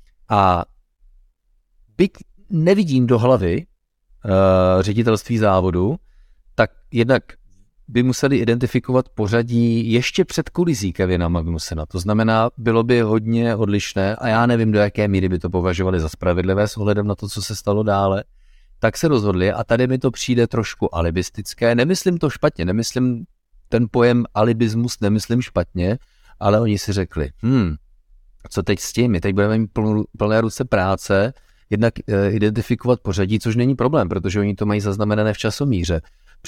A byť nevidím do hlavy ředitelství závodu, tak jednak by museli identifikovat pořadí ještě před kolizí Kevina Magnusena. To znamená, bylo by hodně odlišné a já nevím, do jaké míry by to považovali za spravedlivé s ohledem na to, co se stalo dále. Tak se rozhodli a tady mi to přijde trošku alibistické. Nemyslím to špatně, nemyslím ten pojem alibismus, nemyslím špatně, ale oni si řekli, co teď s tím? My teď budeme mít plné ruce práce, jednak identifikovat pořadí, což není problém, protože oni to mají zaznamenané v časomíře.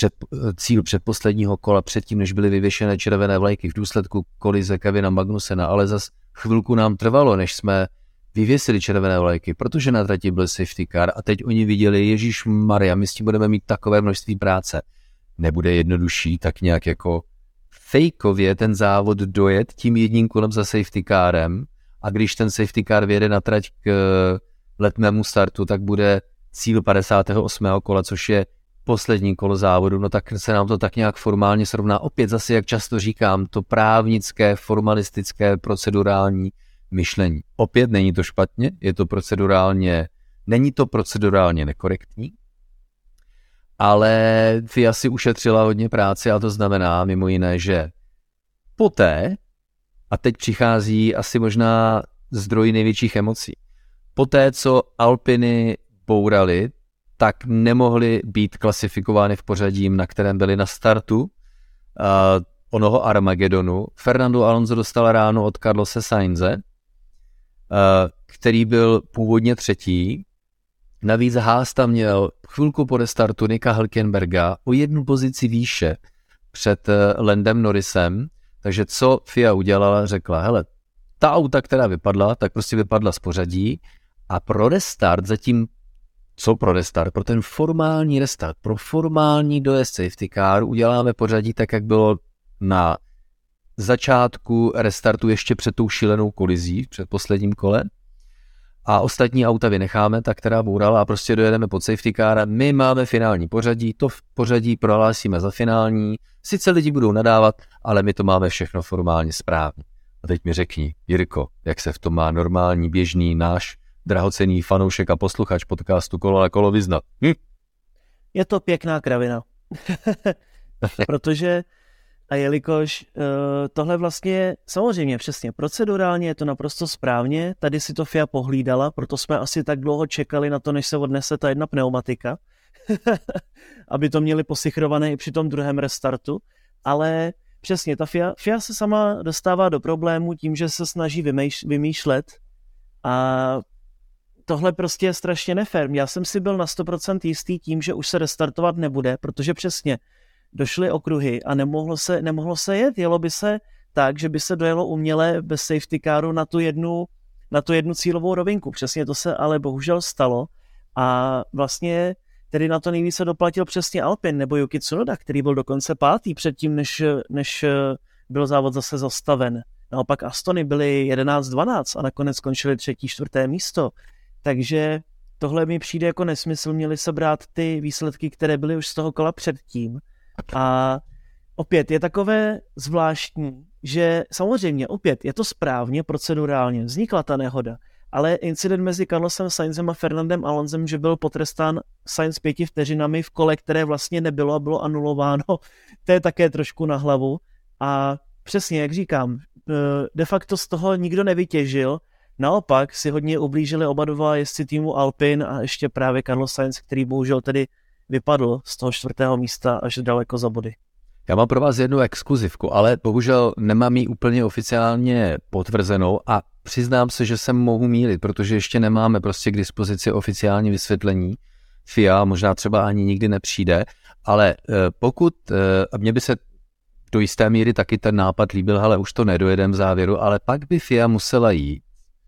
Cíl předposledního kola, předtím, než byly vyvěšené červené vlajky v důsledku kolize Kevina Magnusena, ale zas chvilku nám trvalo, než jsme vyvěsili červené vlajky, protože na trati byl safety car a teď oni viděli, ježišmarja, my s tím budeme mít takové množství práce. Nebude jednodušší tak nějak jako fejkově ten závod dojet tím jedním kolem za safety carem a když ten safety car vyjede na trať k letnému startu, tak bude cíl 58. kola, což je poslední kolo závodu, no tak se nám to tak nějak formálně srovná. Opět zase, jak často říkám, to právnické, formalistické, procedurální myšlení. Opět není to špatně, není to procedurálně nekorektní, ale FIA si ušetřila hodně práce a to znamená mimo jiné, že poté, a teď přichází asi možná zdroj největších emocí, poté, co Alpiny bourali, tak nemohly být klasifikovány v pořadí, na kterém byly na startu onoho Armagedonu. Fernando Alonso dostal ráno od Carlose Sainze, který byl původně 3. Navíc Haas tam měl chvilku po restartu Nicka Hülkenberga o 1 pozici výše před Landem Norrisem, takže co FIA udělala, řekla, hele, ta auta, která vypadla, tak prostě vypadla z pořadí a pro restart zatím pro ten formální restart, pro formální dojezd safety car uděláme pořadí tak, jak bylo na začátku restartu ještě před tou šílenou kolizí, před posledním kole a ostatní auta vynecháme, ta, která bourala a prostě dojedeme pod safety car a my máme finální pořadí, to v pořadí prohlásíme za finální, sice lidi budou nadávat, ale my to máme všechno formálně správně. A teď mi řekni, Jirko, jak se v tom má normální, běžný náš drahocenný fanoušek a posluchač podcastu Kolo na kolo vyznat.
Je to pěkná kravina. Protože a jelikož tohle vlastně, samozřejmě přesně, procedurálně je to naprosto správně, tady si to FIA pohlídala, proto jsme asi tak dlouho čekali na to, než se odnese ta jedna pneumatika, aby to měli posichrované i při tom druhém restartu, ale přesně, ta FIA se sama dostává do problému tím, že se snaží vymýšlet a tohle prostě je strašně nefér. Já jsem si byl na 100% jistý tím, že už se restartovat nebude, protože přesně došly okruhy a nemohlo se jet. Jelo by se tak, že by se dojelo uměle bez safety caru na tu jednu cílovou rovinku. Přesně to se ale bohužel stalo a vlastně tedy na to nejvíce doplatil přesně Alpine nebo Yuki Tsunoda, který byl dokonce 5. předtím, než byl závod zase zastaven. Naopak Astony byly 11-12 a nakonec skončili 3., 4. místo. Takže tohle mi přijde jako nesmysl, měli se brát ty výsledky, které byly už z toho kola předtím. A opět je takové zvláštní, že samozřejmě opět je to správně, procedurálně, vznikla ta nehoda, ale incident mezi Carlosem Sainzem a Fernandem Alonsem, že byl potrestán Sainz 5 vteřinami v kole, které vlastně nebylo a bylo anulováno, to je také trošku na hlavu. A přesně, jak říkám, de facto z toho nikdo nevytěžil, naopak si hodně ublížili oba dva jezdci týmu Alpine a ještě právě Carlos Sainz, který bohužel tedy vypadl z toho 4. místa až daleko za body.
Já mám pro vás jednu exkluzivku, ale bohužel nemám ji úplně oficiálně potvrzenou a přiznám se, že se mohu mýlit, protože ještě nemáme prostě k dispozici oficiální vysvětlení FIA, možná třeba ani nikdy nepřijde, ale pokud, a mně by se do jisté míry taky ten nápad líbil, ale už to nedojedem v závěru, ale pak by FIA musela jít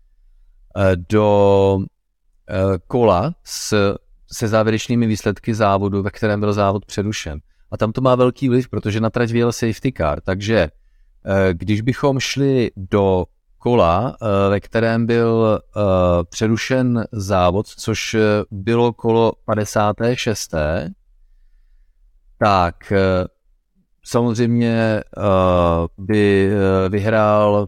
do kola se závěrečnými výsledky závodu, ve kterém byl závod přerušen. A tam to má velký vliv, protože na trať vyjel safety car, takže když bychom šli do kola, ve kterém byl přerušen závod, což bylo kolo 56., tak samozřejmě by vyhrál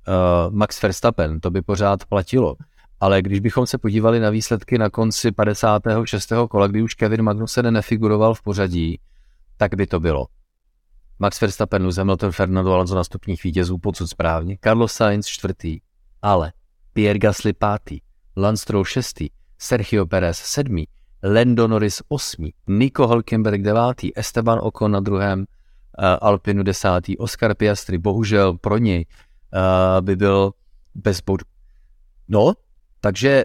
Max Verstappen, to by pořád platilo. Ale když bychom se podívali na výsledky na konci 56. kola, kdy už Kevin Magnussen nefiguroval v pořadí, tak by to bylo Max Verstappen, Lewis Hamilton, Fernando Alonso na stupních vítězů, podsud správně, Carlos Sainz 4., ale Pierre Gasly 5., Lance Stroll 6., Sergio Perez 7., Lando Norris 8., Nico Hülkenberg 9., Esteban Ocon na 2., Alpinu 10., Oscar Piastri, bohužel pro něj by byl bez bodu. No, takže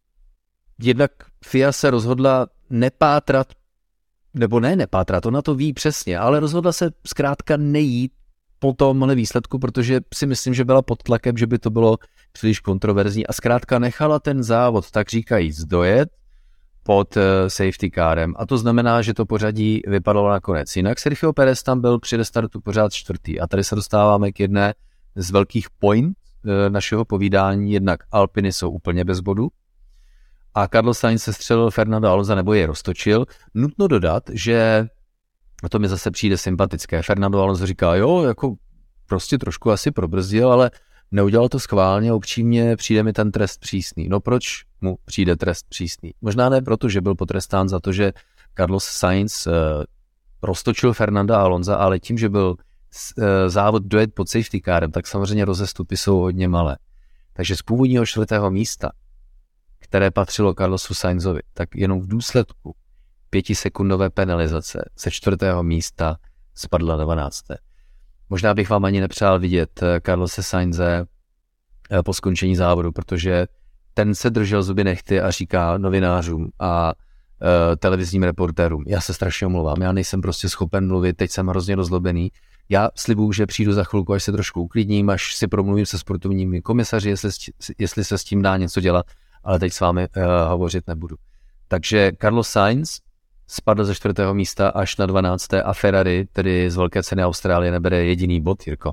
jednak FIA se rozhodla nepátrat, nebo ne nepátrat, ona to ví přesně, ale rozhodla se zkrátka nejít po tomhle výsledku, protože si myslím, že byla pod tlakem, že by to bylo příliš kontroverzní a zkrátka nechala ten závod, tak říkajíc, dojet pod safety carem a to znamená, že to pořadí vypadalo nakonec. Jinak Sergio Perez tam byl při restartu pořád 4. a tady se dostáváme k jedné z velkých point našeho povídání, jednak Alpiny jsou úplně bez bodu a Carlos Sainz se střelil Fernando Alonso nebo je roztočil. Nutno dodat, že a to mi zase přijde sympatické. Fernando Alonso říká, jo, jako prostě trošku asi probrzdil, ale neudělal to schválně, upřímně přijde mi ten trest přísný. No proč mu přijde trest přísný? Možná ne proto, že byl potrestán za to, že Carlos Sainz roztočil Fernanda Alonsa, ale tím, že byl závod dojet pod safety carem, tak samozřejmě rozestupy jsou hodně malé. Takže z původního 4. místa, které patřilo Carlosu Sainzovi, tak jenom v důsledku 5sekundové penalizace ze 4. místa spadla na 12. Možná bych vám ani nepřál vidět Carlose Sainze po skončení závodu, protože ten se držel zuby nehty a říká novinářům a televizním reportérům, já se strašně omlouvám, já nejsem prostě schopen mluvit, teď jsem hrozně rozlobený, já slibuju, že přijdu za chvilku, až se trošku uklidním, až si promluvím se sportovními komisaři, jestli se s tím dá něco dělat, ale teď s vámi hovořit nebudu. Takže Carlos Sainz spadl ze 4. místa až na 12. a Ferrari, tedy z velké ceny Austrálie, nebere jediný bod, Jirko.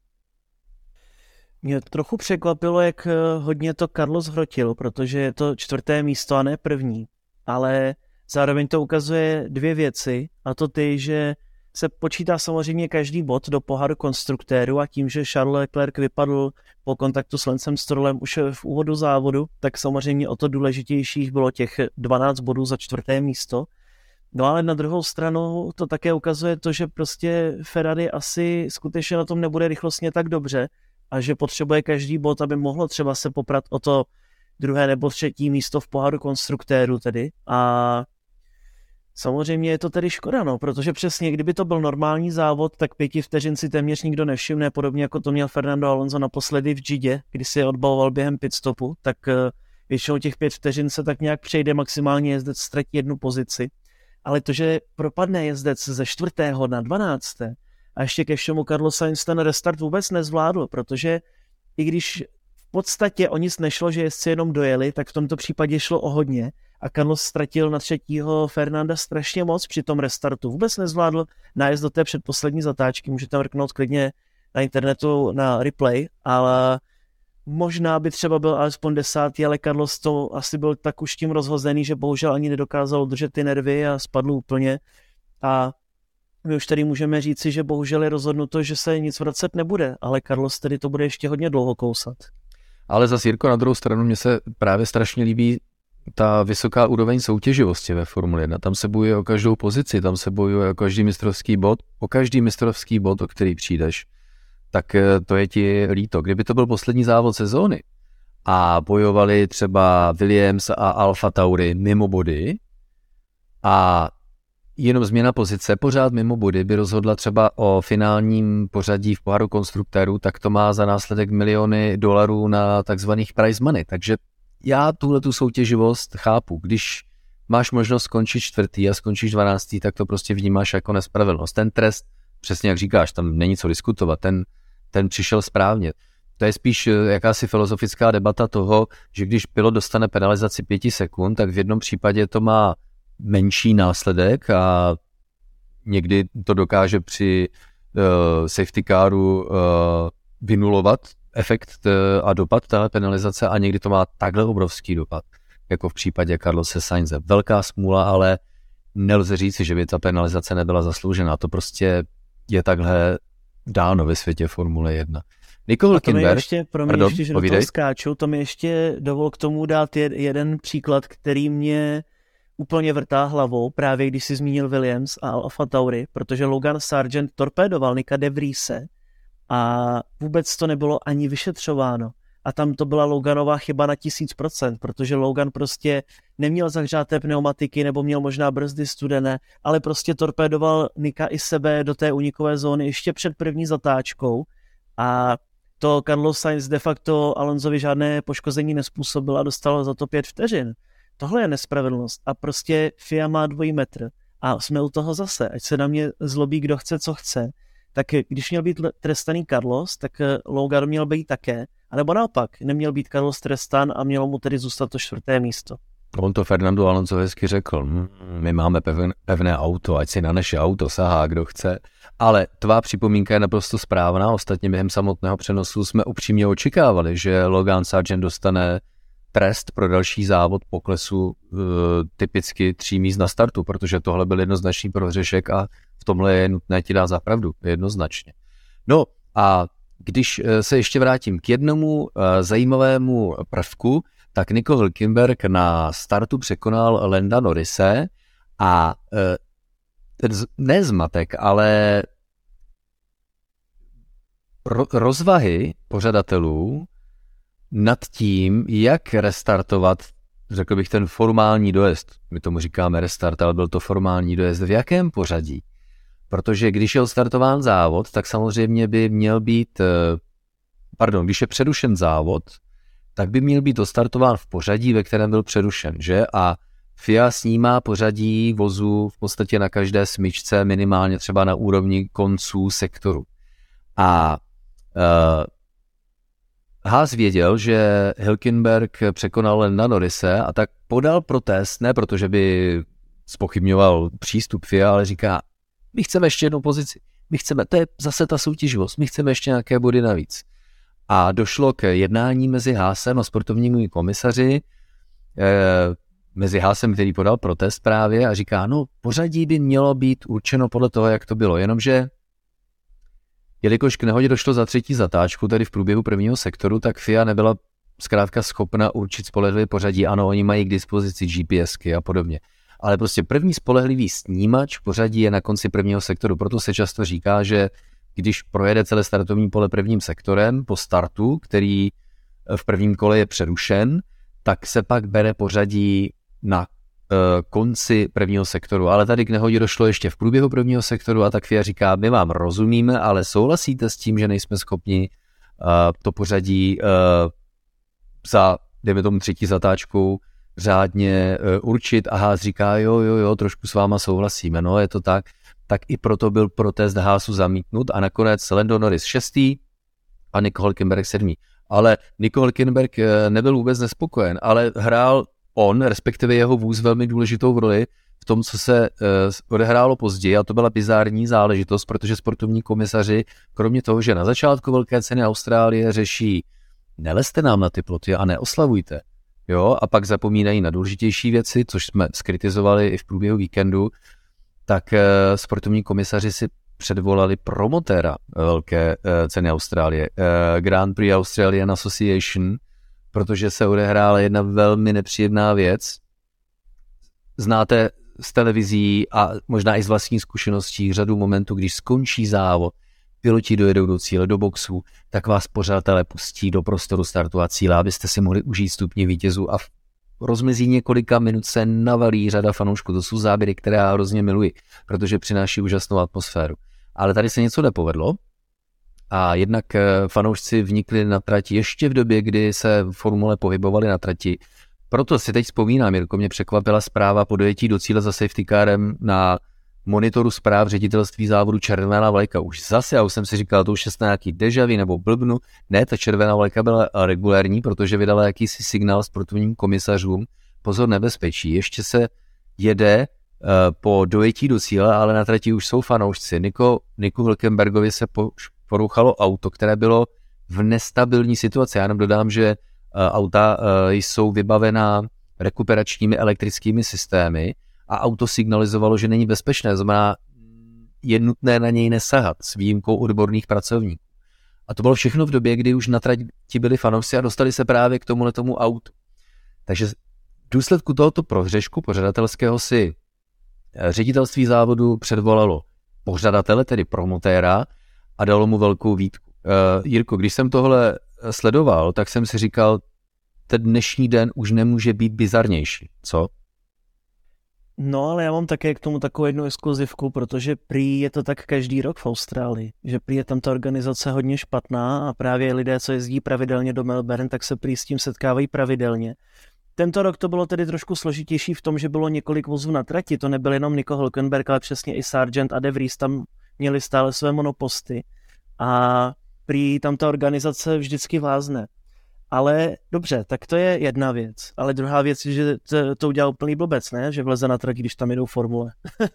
Mě trochu překvapilo, jak hodně to Carlos hrotil, protože je to 4. místo a ne 1. Ale zároveň to ukazuje 2 věci, a to ty, že se počítá samozřejmě každý bod do poháru konstruktéru a tím, že Charles Leclerc vypadl po kontaktu s Lancem Strollem už v úvodu závodu, tak samozřejmě o to důležitějších bylo těch 12 bodů za 4. místo. No ale na druhou stranu to také ukazuje to, že prostě Ferrari asi skutečně na tom nebude rychlostně tak dobře a že potřebuje každý bod, aby mohlo třeba se poprat o to 2. nebo 3. místo v poháru konstruktéru tedy. A samozřejmě je to tedy škoda, no, protože přesně, kdyby to byl normální závod, tak 5 vteřin si téměř nikdo nevšimne, podobně jako to měl Fernando Alonso naposledy v Gidě, kdy si je odbavoval během pitstopu, tak většinou těch 5 vteřin se tak nějak přejde, maximálně jezdec ztratí 1 pozici. Ale to, že propadne jezdec ze 4. na 12. a ještě ke všemu Carlos Sainz ten restart vůbec nezvládl, protože i když v podstatě o nic nešlo, že jezdci jenom dojeli, tak v tomto případě šlo o hodně a Carlos ztratil na 3. Fernanda strašně moc při tom restartu. Vůbec nezvládl nájezd do té předposlední zatáčky, můžete mrknout klidně na internetu na replay, ale možná by třeba byl alespoň 10., ale Carlos to asi byl tak už tím rozhozený, že bohužel ani nedokázal udržet ty nervy a spadl úplně. A my už tady můžeme říci, že bohužel je rozhodnuto, že se nic vracet nebude, ale Carlos tedy to bude ještě hodně dlouho kousat.
Ale zase, Jirko, na druhou stranu mně se právě strašně líbí ta vysoká úroveň soutěživosti ve Formule 1. Tam se bojuje o každou pozici, tam se bojuje o každý mistrovský bod, o který přijdeš, tak to je ti líto. Kdyby to byl poslední závod sezóny a bojovali třeba Williams a Alfa Tauri mimo body a jenom změna pozice, pořád mimo body, by rozhodla třeba o finálním pořadí v poháru konstruktérů, tak to má za následek miliony dolarů na takzvaných prize money. Takže já tuhletu soutěživost chápu. Když máš možnost skončit 4. a skončíš 12., tak to prostě vnímáš jako nespravedlnost. Ten trest, přesně jak říkáš, tam není co diskutovat, ten přišel správně. To je spíš jakási filozofická debata toho, že když pilot dostane penalizaci 5 sekund, tak v jednom případě to má menší následek a někdy to dokáže při safety caru vynulovat efekt a dopad té penalizace a někdy to má takhle obrovský dopad, jako v případě Carlose Sainze. Velká smůla, ale nelze říci, že by ta penalizace nebyla zasloužená. To prostě je takhle dáno ve světě Formule 1. Nicole Hülkenberg,
ještě že do toho skáču, to mi ještě dovol k tomu dát jeden příklad, který mě úplně vrtá hlavou, právě když si zmínil Williams a Alfa Tauri, protože Logan Sargent torpédoval Nicka de Vriese a vůbec to nebylo ani vyšetřováno. A tam to byla Loganová chyba na 1000%, protože Logan prostě neměl zahřáté pneumatiky nebo měl možná brzdy studené, ale prostě torpédoval Nicka i sebe do té únikové zóny ještě před první zatáčkou a to Carlos Sainz de facto Alonsovi žádné poškození nezpůsobil a dostal za to 5 vteřin. Tohle je nespravedlnost a prostě FIA má 2 metr a jsme u toho zase, ať se na mě zlobí kdo chce, co chce, tak když měl být trestaný Carlos, tak Logan měl být také, anebo naopak, neměl být Carlos trestán a mělo mu tedy zůstat to 4. místo.
On to Fernando Alonso hezky řekl, my máme pevné auto, ať si na naše auto sahá, kdo chce, ale tvá připomínka je naprosto správná, ostatně během samotného přenosu jsme upřímně očekávali, že Logan Sargent dostane trest pro další závod poklesu typicky 3 míst na startu, protože tohle byl jednoznačný prohřešek a v tomhle je nutné ti dát za pravdu, jednoznačně. No a když se ještě vrátím k jednomu zajímavému prvku, tak Nico Hülkenberg na startu překonal Landa Norrise a ne zmatek, ale rozvahy pořadatelů nad tím, jak restartovat, řekl bych, ten formální dojezd. My tomu říkáme restart, ale byl to formální dojezd. V jakém pořadí? Protože když je odstartován závod, tak samozřejmě by měl být, když je přerušen závod, tak by měl být odstartován v pořadí, ve kterém byl přerušen, že? A FIA snímá pořadí vozu v podstatě na každé smyčce, minimálně třeba na úrovni konců sektoru. A Haas věděl, že Hülkenberg překonal Landa Norrise a tak podal protest, ne protože by zpochybňoval přístup FIA, ale říká, my chceme ještě jednu pozici, to je zase ta soutěživost, my chceme ještě nějaké body navíc. A došlo k jednání mezi Haasem a sportovními komisaři. mezi Haasem, který podal protest právě a říká, no pořadí by mělo být určeno podle toho, jak to bylo, jenomže jelikož k nehodě došlo za třetí zatáčku, tedy v průběhu prvního sektoru, tak FIA nebyla zkrátka schopna určit spolehlivě pořadí. Ano, oni mají k dispozici GPSky a podobně. Ale prostě první spolehlivý snímač pořadí je na konci prvního sektoru. Proto se často říká, že když projede celé startovní pole prvním sektorem po startu, který v prvním kole je přerušen, tak se pak bere pořadí na konci prvního sektoru. Ale tady k nehodě došlo ještě v průběhu prvního sektoru a tak FIA říká, my vám rozumíme, ale souhlasíte s tím, že nejsme schopni to pořadí za, dejme tomu, třetí zatáčkou řádně určit a Haas říká, jo, trošku s váma souhlasíme, no je to tak. Tak i proto byl protest Haasu zamítnut a nakonec Lando Norris 6. a Nico Hülkenberg 7. Ale Nico Hülkenberg nebyl vůbec nespokojen, ale hrál on, respektive jeho vůz, velmi důležitou roli v tom, co se odehrálo později, a to byla bizární záležitost, protože sportovní komisaři, kromě toho, že na začátku velké ceny Austrálie řeší nelezte nám na ty ploty a neoslavujte, jo, a pak zapomínají na důležitější věci, což jsme skritizovali i v průběhu víkendu, tak sportovní komisaři si předvolali promotéra velké ceny Austrálie, Grand Prix Australian Association, protože se odehrála jedna velmi nepříjemná věc. Znáte z televizí a možná i z vlastní zkušeností řadu momentů, když skončí závod, piloti dojedou do cíle, do boxu, tak vás pořadatelé pustí do prostoru startu a cíle, abyste si mohli užít stupně vítězů a v rozmezí několika minut se navalí řada fanoušků. To jsou záběry, které já hrozně miluji, protože přináší úžasnou atmosféru. Ale tady se něco nepovedlo a jednak fanoušci vnikli na trať ještě v době, kdy se formule pohybovali na trati. Proto si teď vzpomínám, Jirko, mě překvapila zpráva po dojetí do cíle za safety carem na monitoru zpráv ředitelství závodu červená vlajka. Už zase, já už jsem si říkal, to už je nějaký déjà vu nebo blbnu. Ne, ta červená vlajka byla regulérní, protože vydala jakýsi signál sportovním komisařům. Pozor, nebezpečí. Ještě se jede po dojetí do cíle, ale na trati už jsou fanoušci. Niku Hülkenbergovi se porouchalo auto, které bylo v nestabilní situaci. Já jenom dodám, že auta jsou vybavená rekuperačními elektrickými systémy a auto signalizovalo, že není bezpečné. Znamená, je nutné na něj nesahat s výjimkou odborných pracovníků. A to bylo všechno v době, kdy už na trati byli fanoušci a dostali se právě k tomuhletomu autu. Takže v důsledku tohoto prohřešku pořadatelského si ředitelství závodu předvolalo pořadatele, tedy promotéra, a dalo mu velkou výtku. Jirko, když jsem tohle sledoval, tak jsem si říkal, ten dnešní den už nemůže být bizarnější, co?
No, ale já mám také k tomu takovou jednu exkluzivku, protože prý je to tak každý rok v Austrálii, že prý je tam ta organizace hodně špatná a právě lidé, co jezdí pravidelně do Melbourne, tak se prý s tím setkávají pravidelně. Tento rok to bylo tedy trošku složitější v tom, že bylo několik vozů na trati, to nebyl jenom Nico Hülkenberg, ale přesně i Sargent a De Vries tam měli stále své monoposty a prý tam ta organizace vždycky vázne. Ale dobře, tak to je jedna věc. Ale druhá věc je, že to udělal úplný blbec, ne? Že vleze na trať, když tam jedou formule.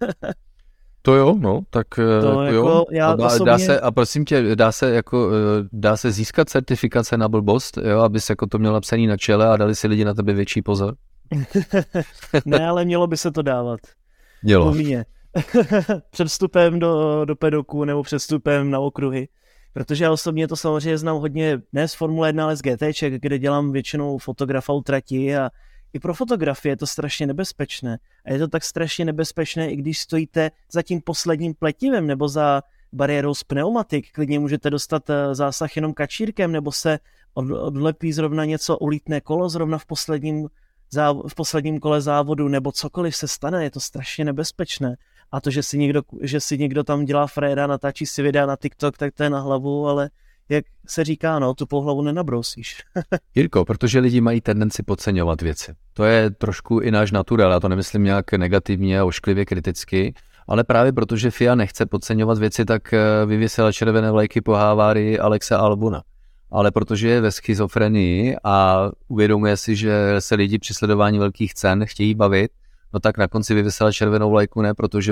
To jo, no, tak
to jako
jo.
Já osobně...
Dá se, a prosím tě, dá se získat certifikace na blbost, jo, abys jako to měl napsaný na čele a dali si lidi na tebe větší pozor?
Ne, ale mělo by se to dávat.
Mělo.
Povinně. Před vstupem do pedoku nebo před vstupem na okruhy. Protože já osobně to samozřejmě znám hodně, ne z Formule 1, ale z GTček, kde dělám většinou fotografou trati a i pro fotografie je to strašně nebezpečné. A je to tak strašně nebezpečné, i když stojíte za tím posledním pletivem nebo za bariérou z pneumatik. Klidně můžete dostat zásah jenom kačírkem nebo se odlepí zrovna něco, ulítne kolo zrovna v posledním kole závodu nebo cokoliv se stane, je to strašně nebezpečné. A to, že si někdo tam dělá frajera, natáčí si videa na TikTok, tak to je na hlavu, ale jak se říká, no, tu po hlavu nenabrousíš.
Jirko, protože lidi mají tendenci podceňovat věci. To je trošku i náš naturel, já to nemyslím nějak negativně a ošklivě kriticky, ale právě protože FIA nechce podceňovat věci, tak vyvěsila červené vlajky po havárii Alexe Albona. Ale protože je ve schizofrenii a uvědomuje si, že se lidi při sledování velkých cen chtějí bavit, no tak na konci vyvěsila červenou vlajku ne protože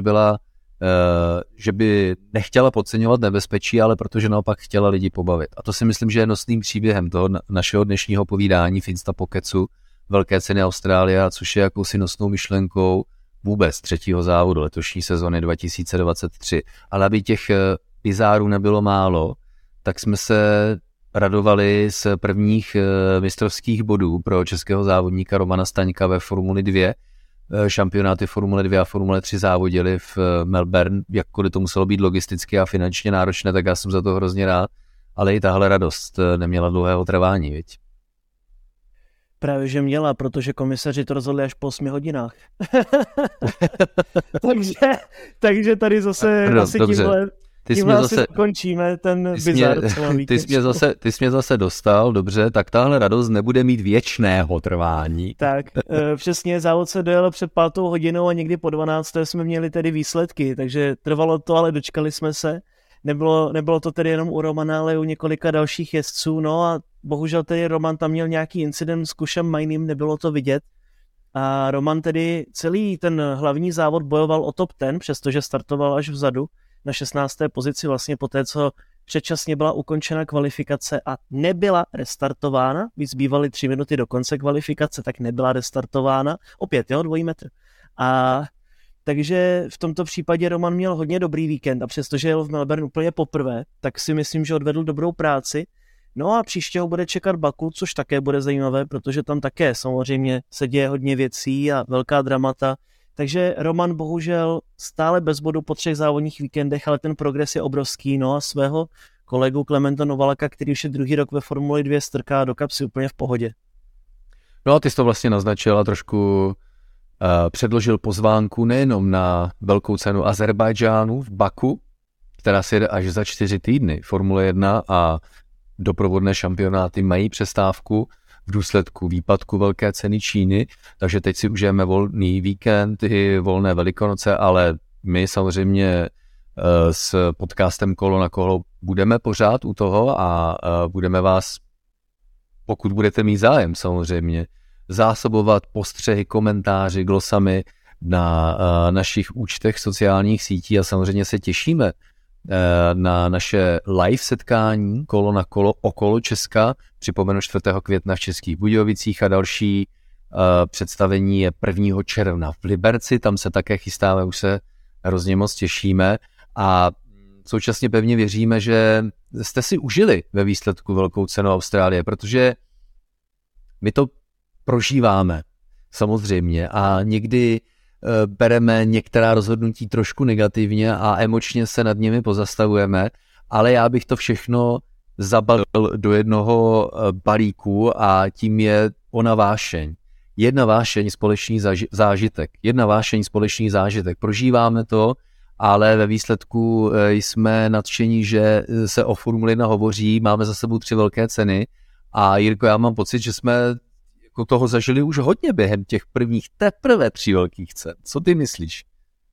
že by nechtěla podceňovat nebezpečí, ale protože naopak chtěla lidi pobavit. A to si myslím, že je nosným příběhem toho našeho dnešního povídání v Instapokecu velké ceny Austrálie, což je jakousi nosnou myšlenkou vůbec třetího závodu letošní sezony 2023. Ale aby těch bizárů nebylo málo, tak jsme se radovali z prvních mistrovských bodů pro českého závodníka Romana Staňka ve Formuli 2. Šampionáty Formule 2 a Formule 3 závodili v Melbourne, jakkoliv to muselo být logisticky a finančně náročné, tak já jsem za to hrozně rád, ale i tahle radost neměla dlouhého trvání, viď?
Právě, že měla, protože komisaři to rozhodli až po 8 hodinách. takže tady zase asi tímhle asi končíme ten bizar.
Ty jsi mě zase dostal, dobře, tak tahle radost nebude mít věčného trvání.
Tak, přesně, závod se dojel před 5. hodinou a někdy po 12. jsme měli tedy výsledky, takže trvalo to, ale dočkali jsme se. Nebylo to tedy jenom u Romana, ale u několika dalších jezdců, no a bohužel tedy Roman tam měl nějaký incident s Kušem Majným, nebylo to vidět. A Roman tedy celý ten hlavní závod bojoval o top 10, přestože startoval až vzadu na 16. pozici vlastně po té, co předčasně byla ukončena kvalifikace a nebyla restartována, víc zbývaly 3 minuty do konce kvalifikace, tak nebyla restartována, opět, jo, 2 metr. A takže v tomto případě Roman měl hodně dobrý víkend a přestože jel v Melbourne úplně poprvé, tak si myslím, že odvedl dobrou práci. No a příště ho bude čekat Baku, což také bude zajímavé, protože tam také samozřejmě se děje hodně věcí a velká dramata. Takže Roman bohužel stále bez bodu po 3 závodních víkendech, ale ten progres je obrovský. No a svého kolegu Klementa Novalaka, který už je 2. rok ve Formuli 2, strká do kapsy úplně v pohodě.
No a ty jsi to vlastně naznačil a trošku předložil pozvánku nejenom na velkou cenu Azerbajdžánu v Baku, která se jede až za 4 týdny. Formule 1 a doprovodné šampionáty mají přestávku v důsledku výpadku velké ceny Číny, takže teď si užijeme volný víkend i volné Velikonoce, ale my samozřejmě s podcastem Kolo na kolo budeme pořád u toho a budeme vás, pokud budete mít zájem samozřejmě, zásobovat postřehy, komentáři, glosami na našich účtech sociálních sítí a samozřejmě se těšíme na naše live setkání Kolo na kolo okolo Česka. Připomenu 4. května v Českých Budějovicích a další představení je 1. června v Liberci, tam se také chystáme, už se hrozně moc těšíme a současně pevně věříme, že jste si užili ve výsledku velkou cenu Austrálie, protože my to prožíváme samozřejmě a někdy bereme některá rozhodnutí trošku negativně a emočně se nad nimi pozastavujeme, ale já bych to všechno zabalil do jednoho balíku a tím je ona vášeň. Jedna vášeň, společný zážitek. Jedna vášeň, společný zážitek. Prožíváme to, ale ve výsledku jsme nadšení, že se o Formuli 1 hovoří, máme za sebou 3 velké ceny a Jirko, já mám pocit, že jsme jako toho zažili už hodně během těch prvních teprve 3 velkých cen. Co ty myslíš?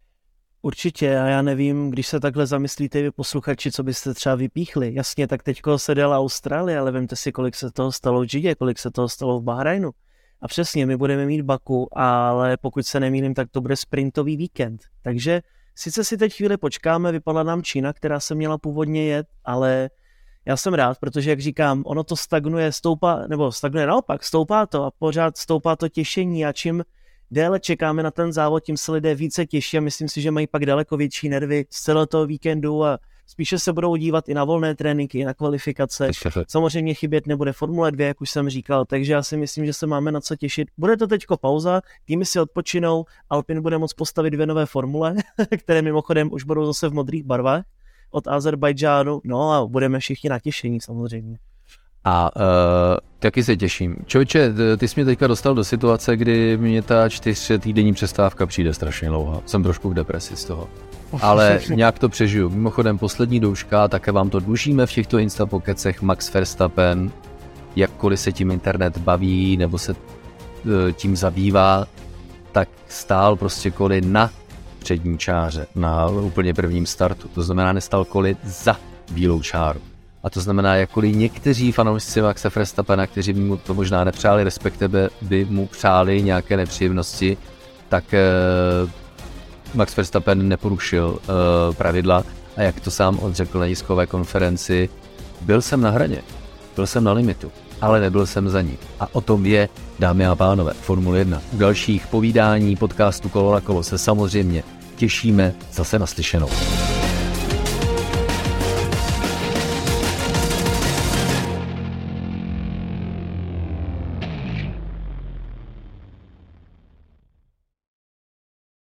Určitě a já nevím, když se takhle zamyslíte vy posluchači, co byste třeba vypíchli. Jasně, tak teďko se dala Austrálie, ale vemte si, kolik se toho stalo v Džidě, kolik se toho stalo v Bahrajnu. A přesně, my budeme mít Baku, ale pokud se nemýlím, tak to bude sprintový víkend. Takže sice si teď chvíli počkáme, vypadla nám Čína, která se měla původně jet, ale já jsem rád, protože jak říkám, ono to stagnuje naopak, stoupá to a pořád stoupá to těšení a čím déle čekáme na ten závod, tím se lidé více těší a myslím si, že mají pak daleko větší nervy z celého toho víkendu a spíše se budou dívat i na volné tréninky, i na kvalifikace. Samozřejmě chybět nebude Formule 2, jak už jsem říkal, takže já si myslím, že se máme na co těšit. Bude to teďko pauza, týmy si odpočinou, Alpine bude moct postavit 2 nové formule, které mimochodem už budou zase v modrých barvách od Azerbajdžánu, no a budeme všichni natěšení samozřejmě.
A taky se těším. Člověče, ty jsi mě teďka dostal do situace, kdy mě ta 4týdenní přestávka přijde strašně dlouhá. Jsem trošku v depresi z toho. Ale nějak to přežiju. Mimochodem poslední douška, také vám to dlužíme v těchto Instapokecech. Max Verstappen, jakkoliv se tím internet baví nebo se tím zabývá, tak stál prostě koly na přední čáře, na úplně prvním startu. To znamená, nestál koly za bílou čáru. A to znamená, jakkoliv někteří fanoušci Maxe Verstappena, kteří by mu to možná nepřáli, respektive by mu přáli nějaké nepříjemnosti, tak Max Verstappen neporušil pravidla a jak to sám on řekl na tiskové konferenci, byl jsem na hraně, byl jsem na limitu. ale nebyl jsem za ní. A o tom je, dámy a pánové, Formule 1. U dalších povídání podcastu Kolo na kolo se samozřejmě těšíme zase naslyšenou.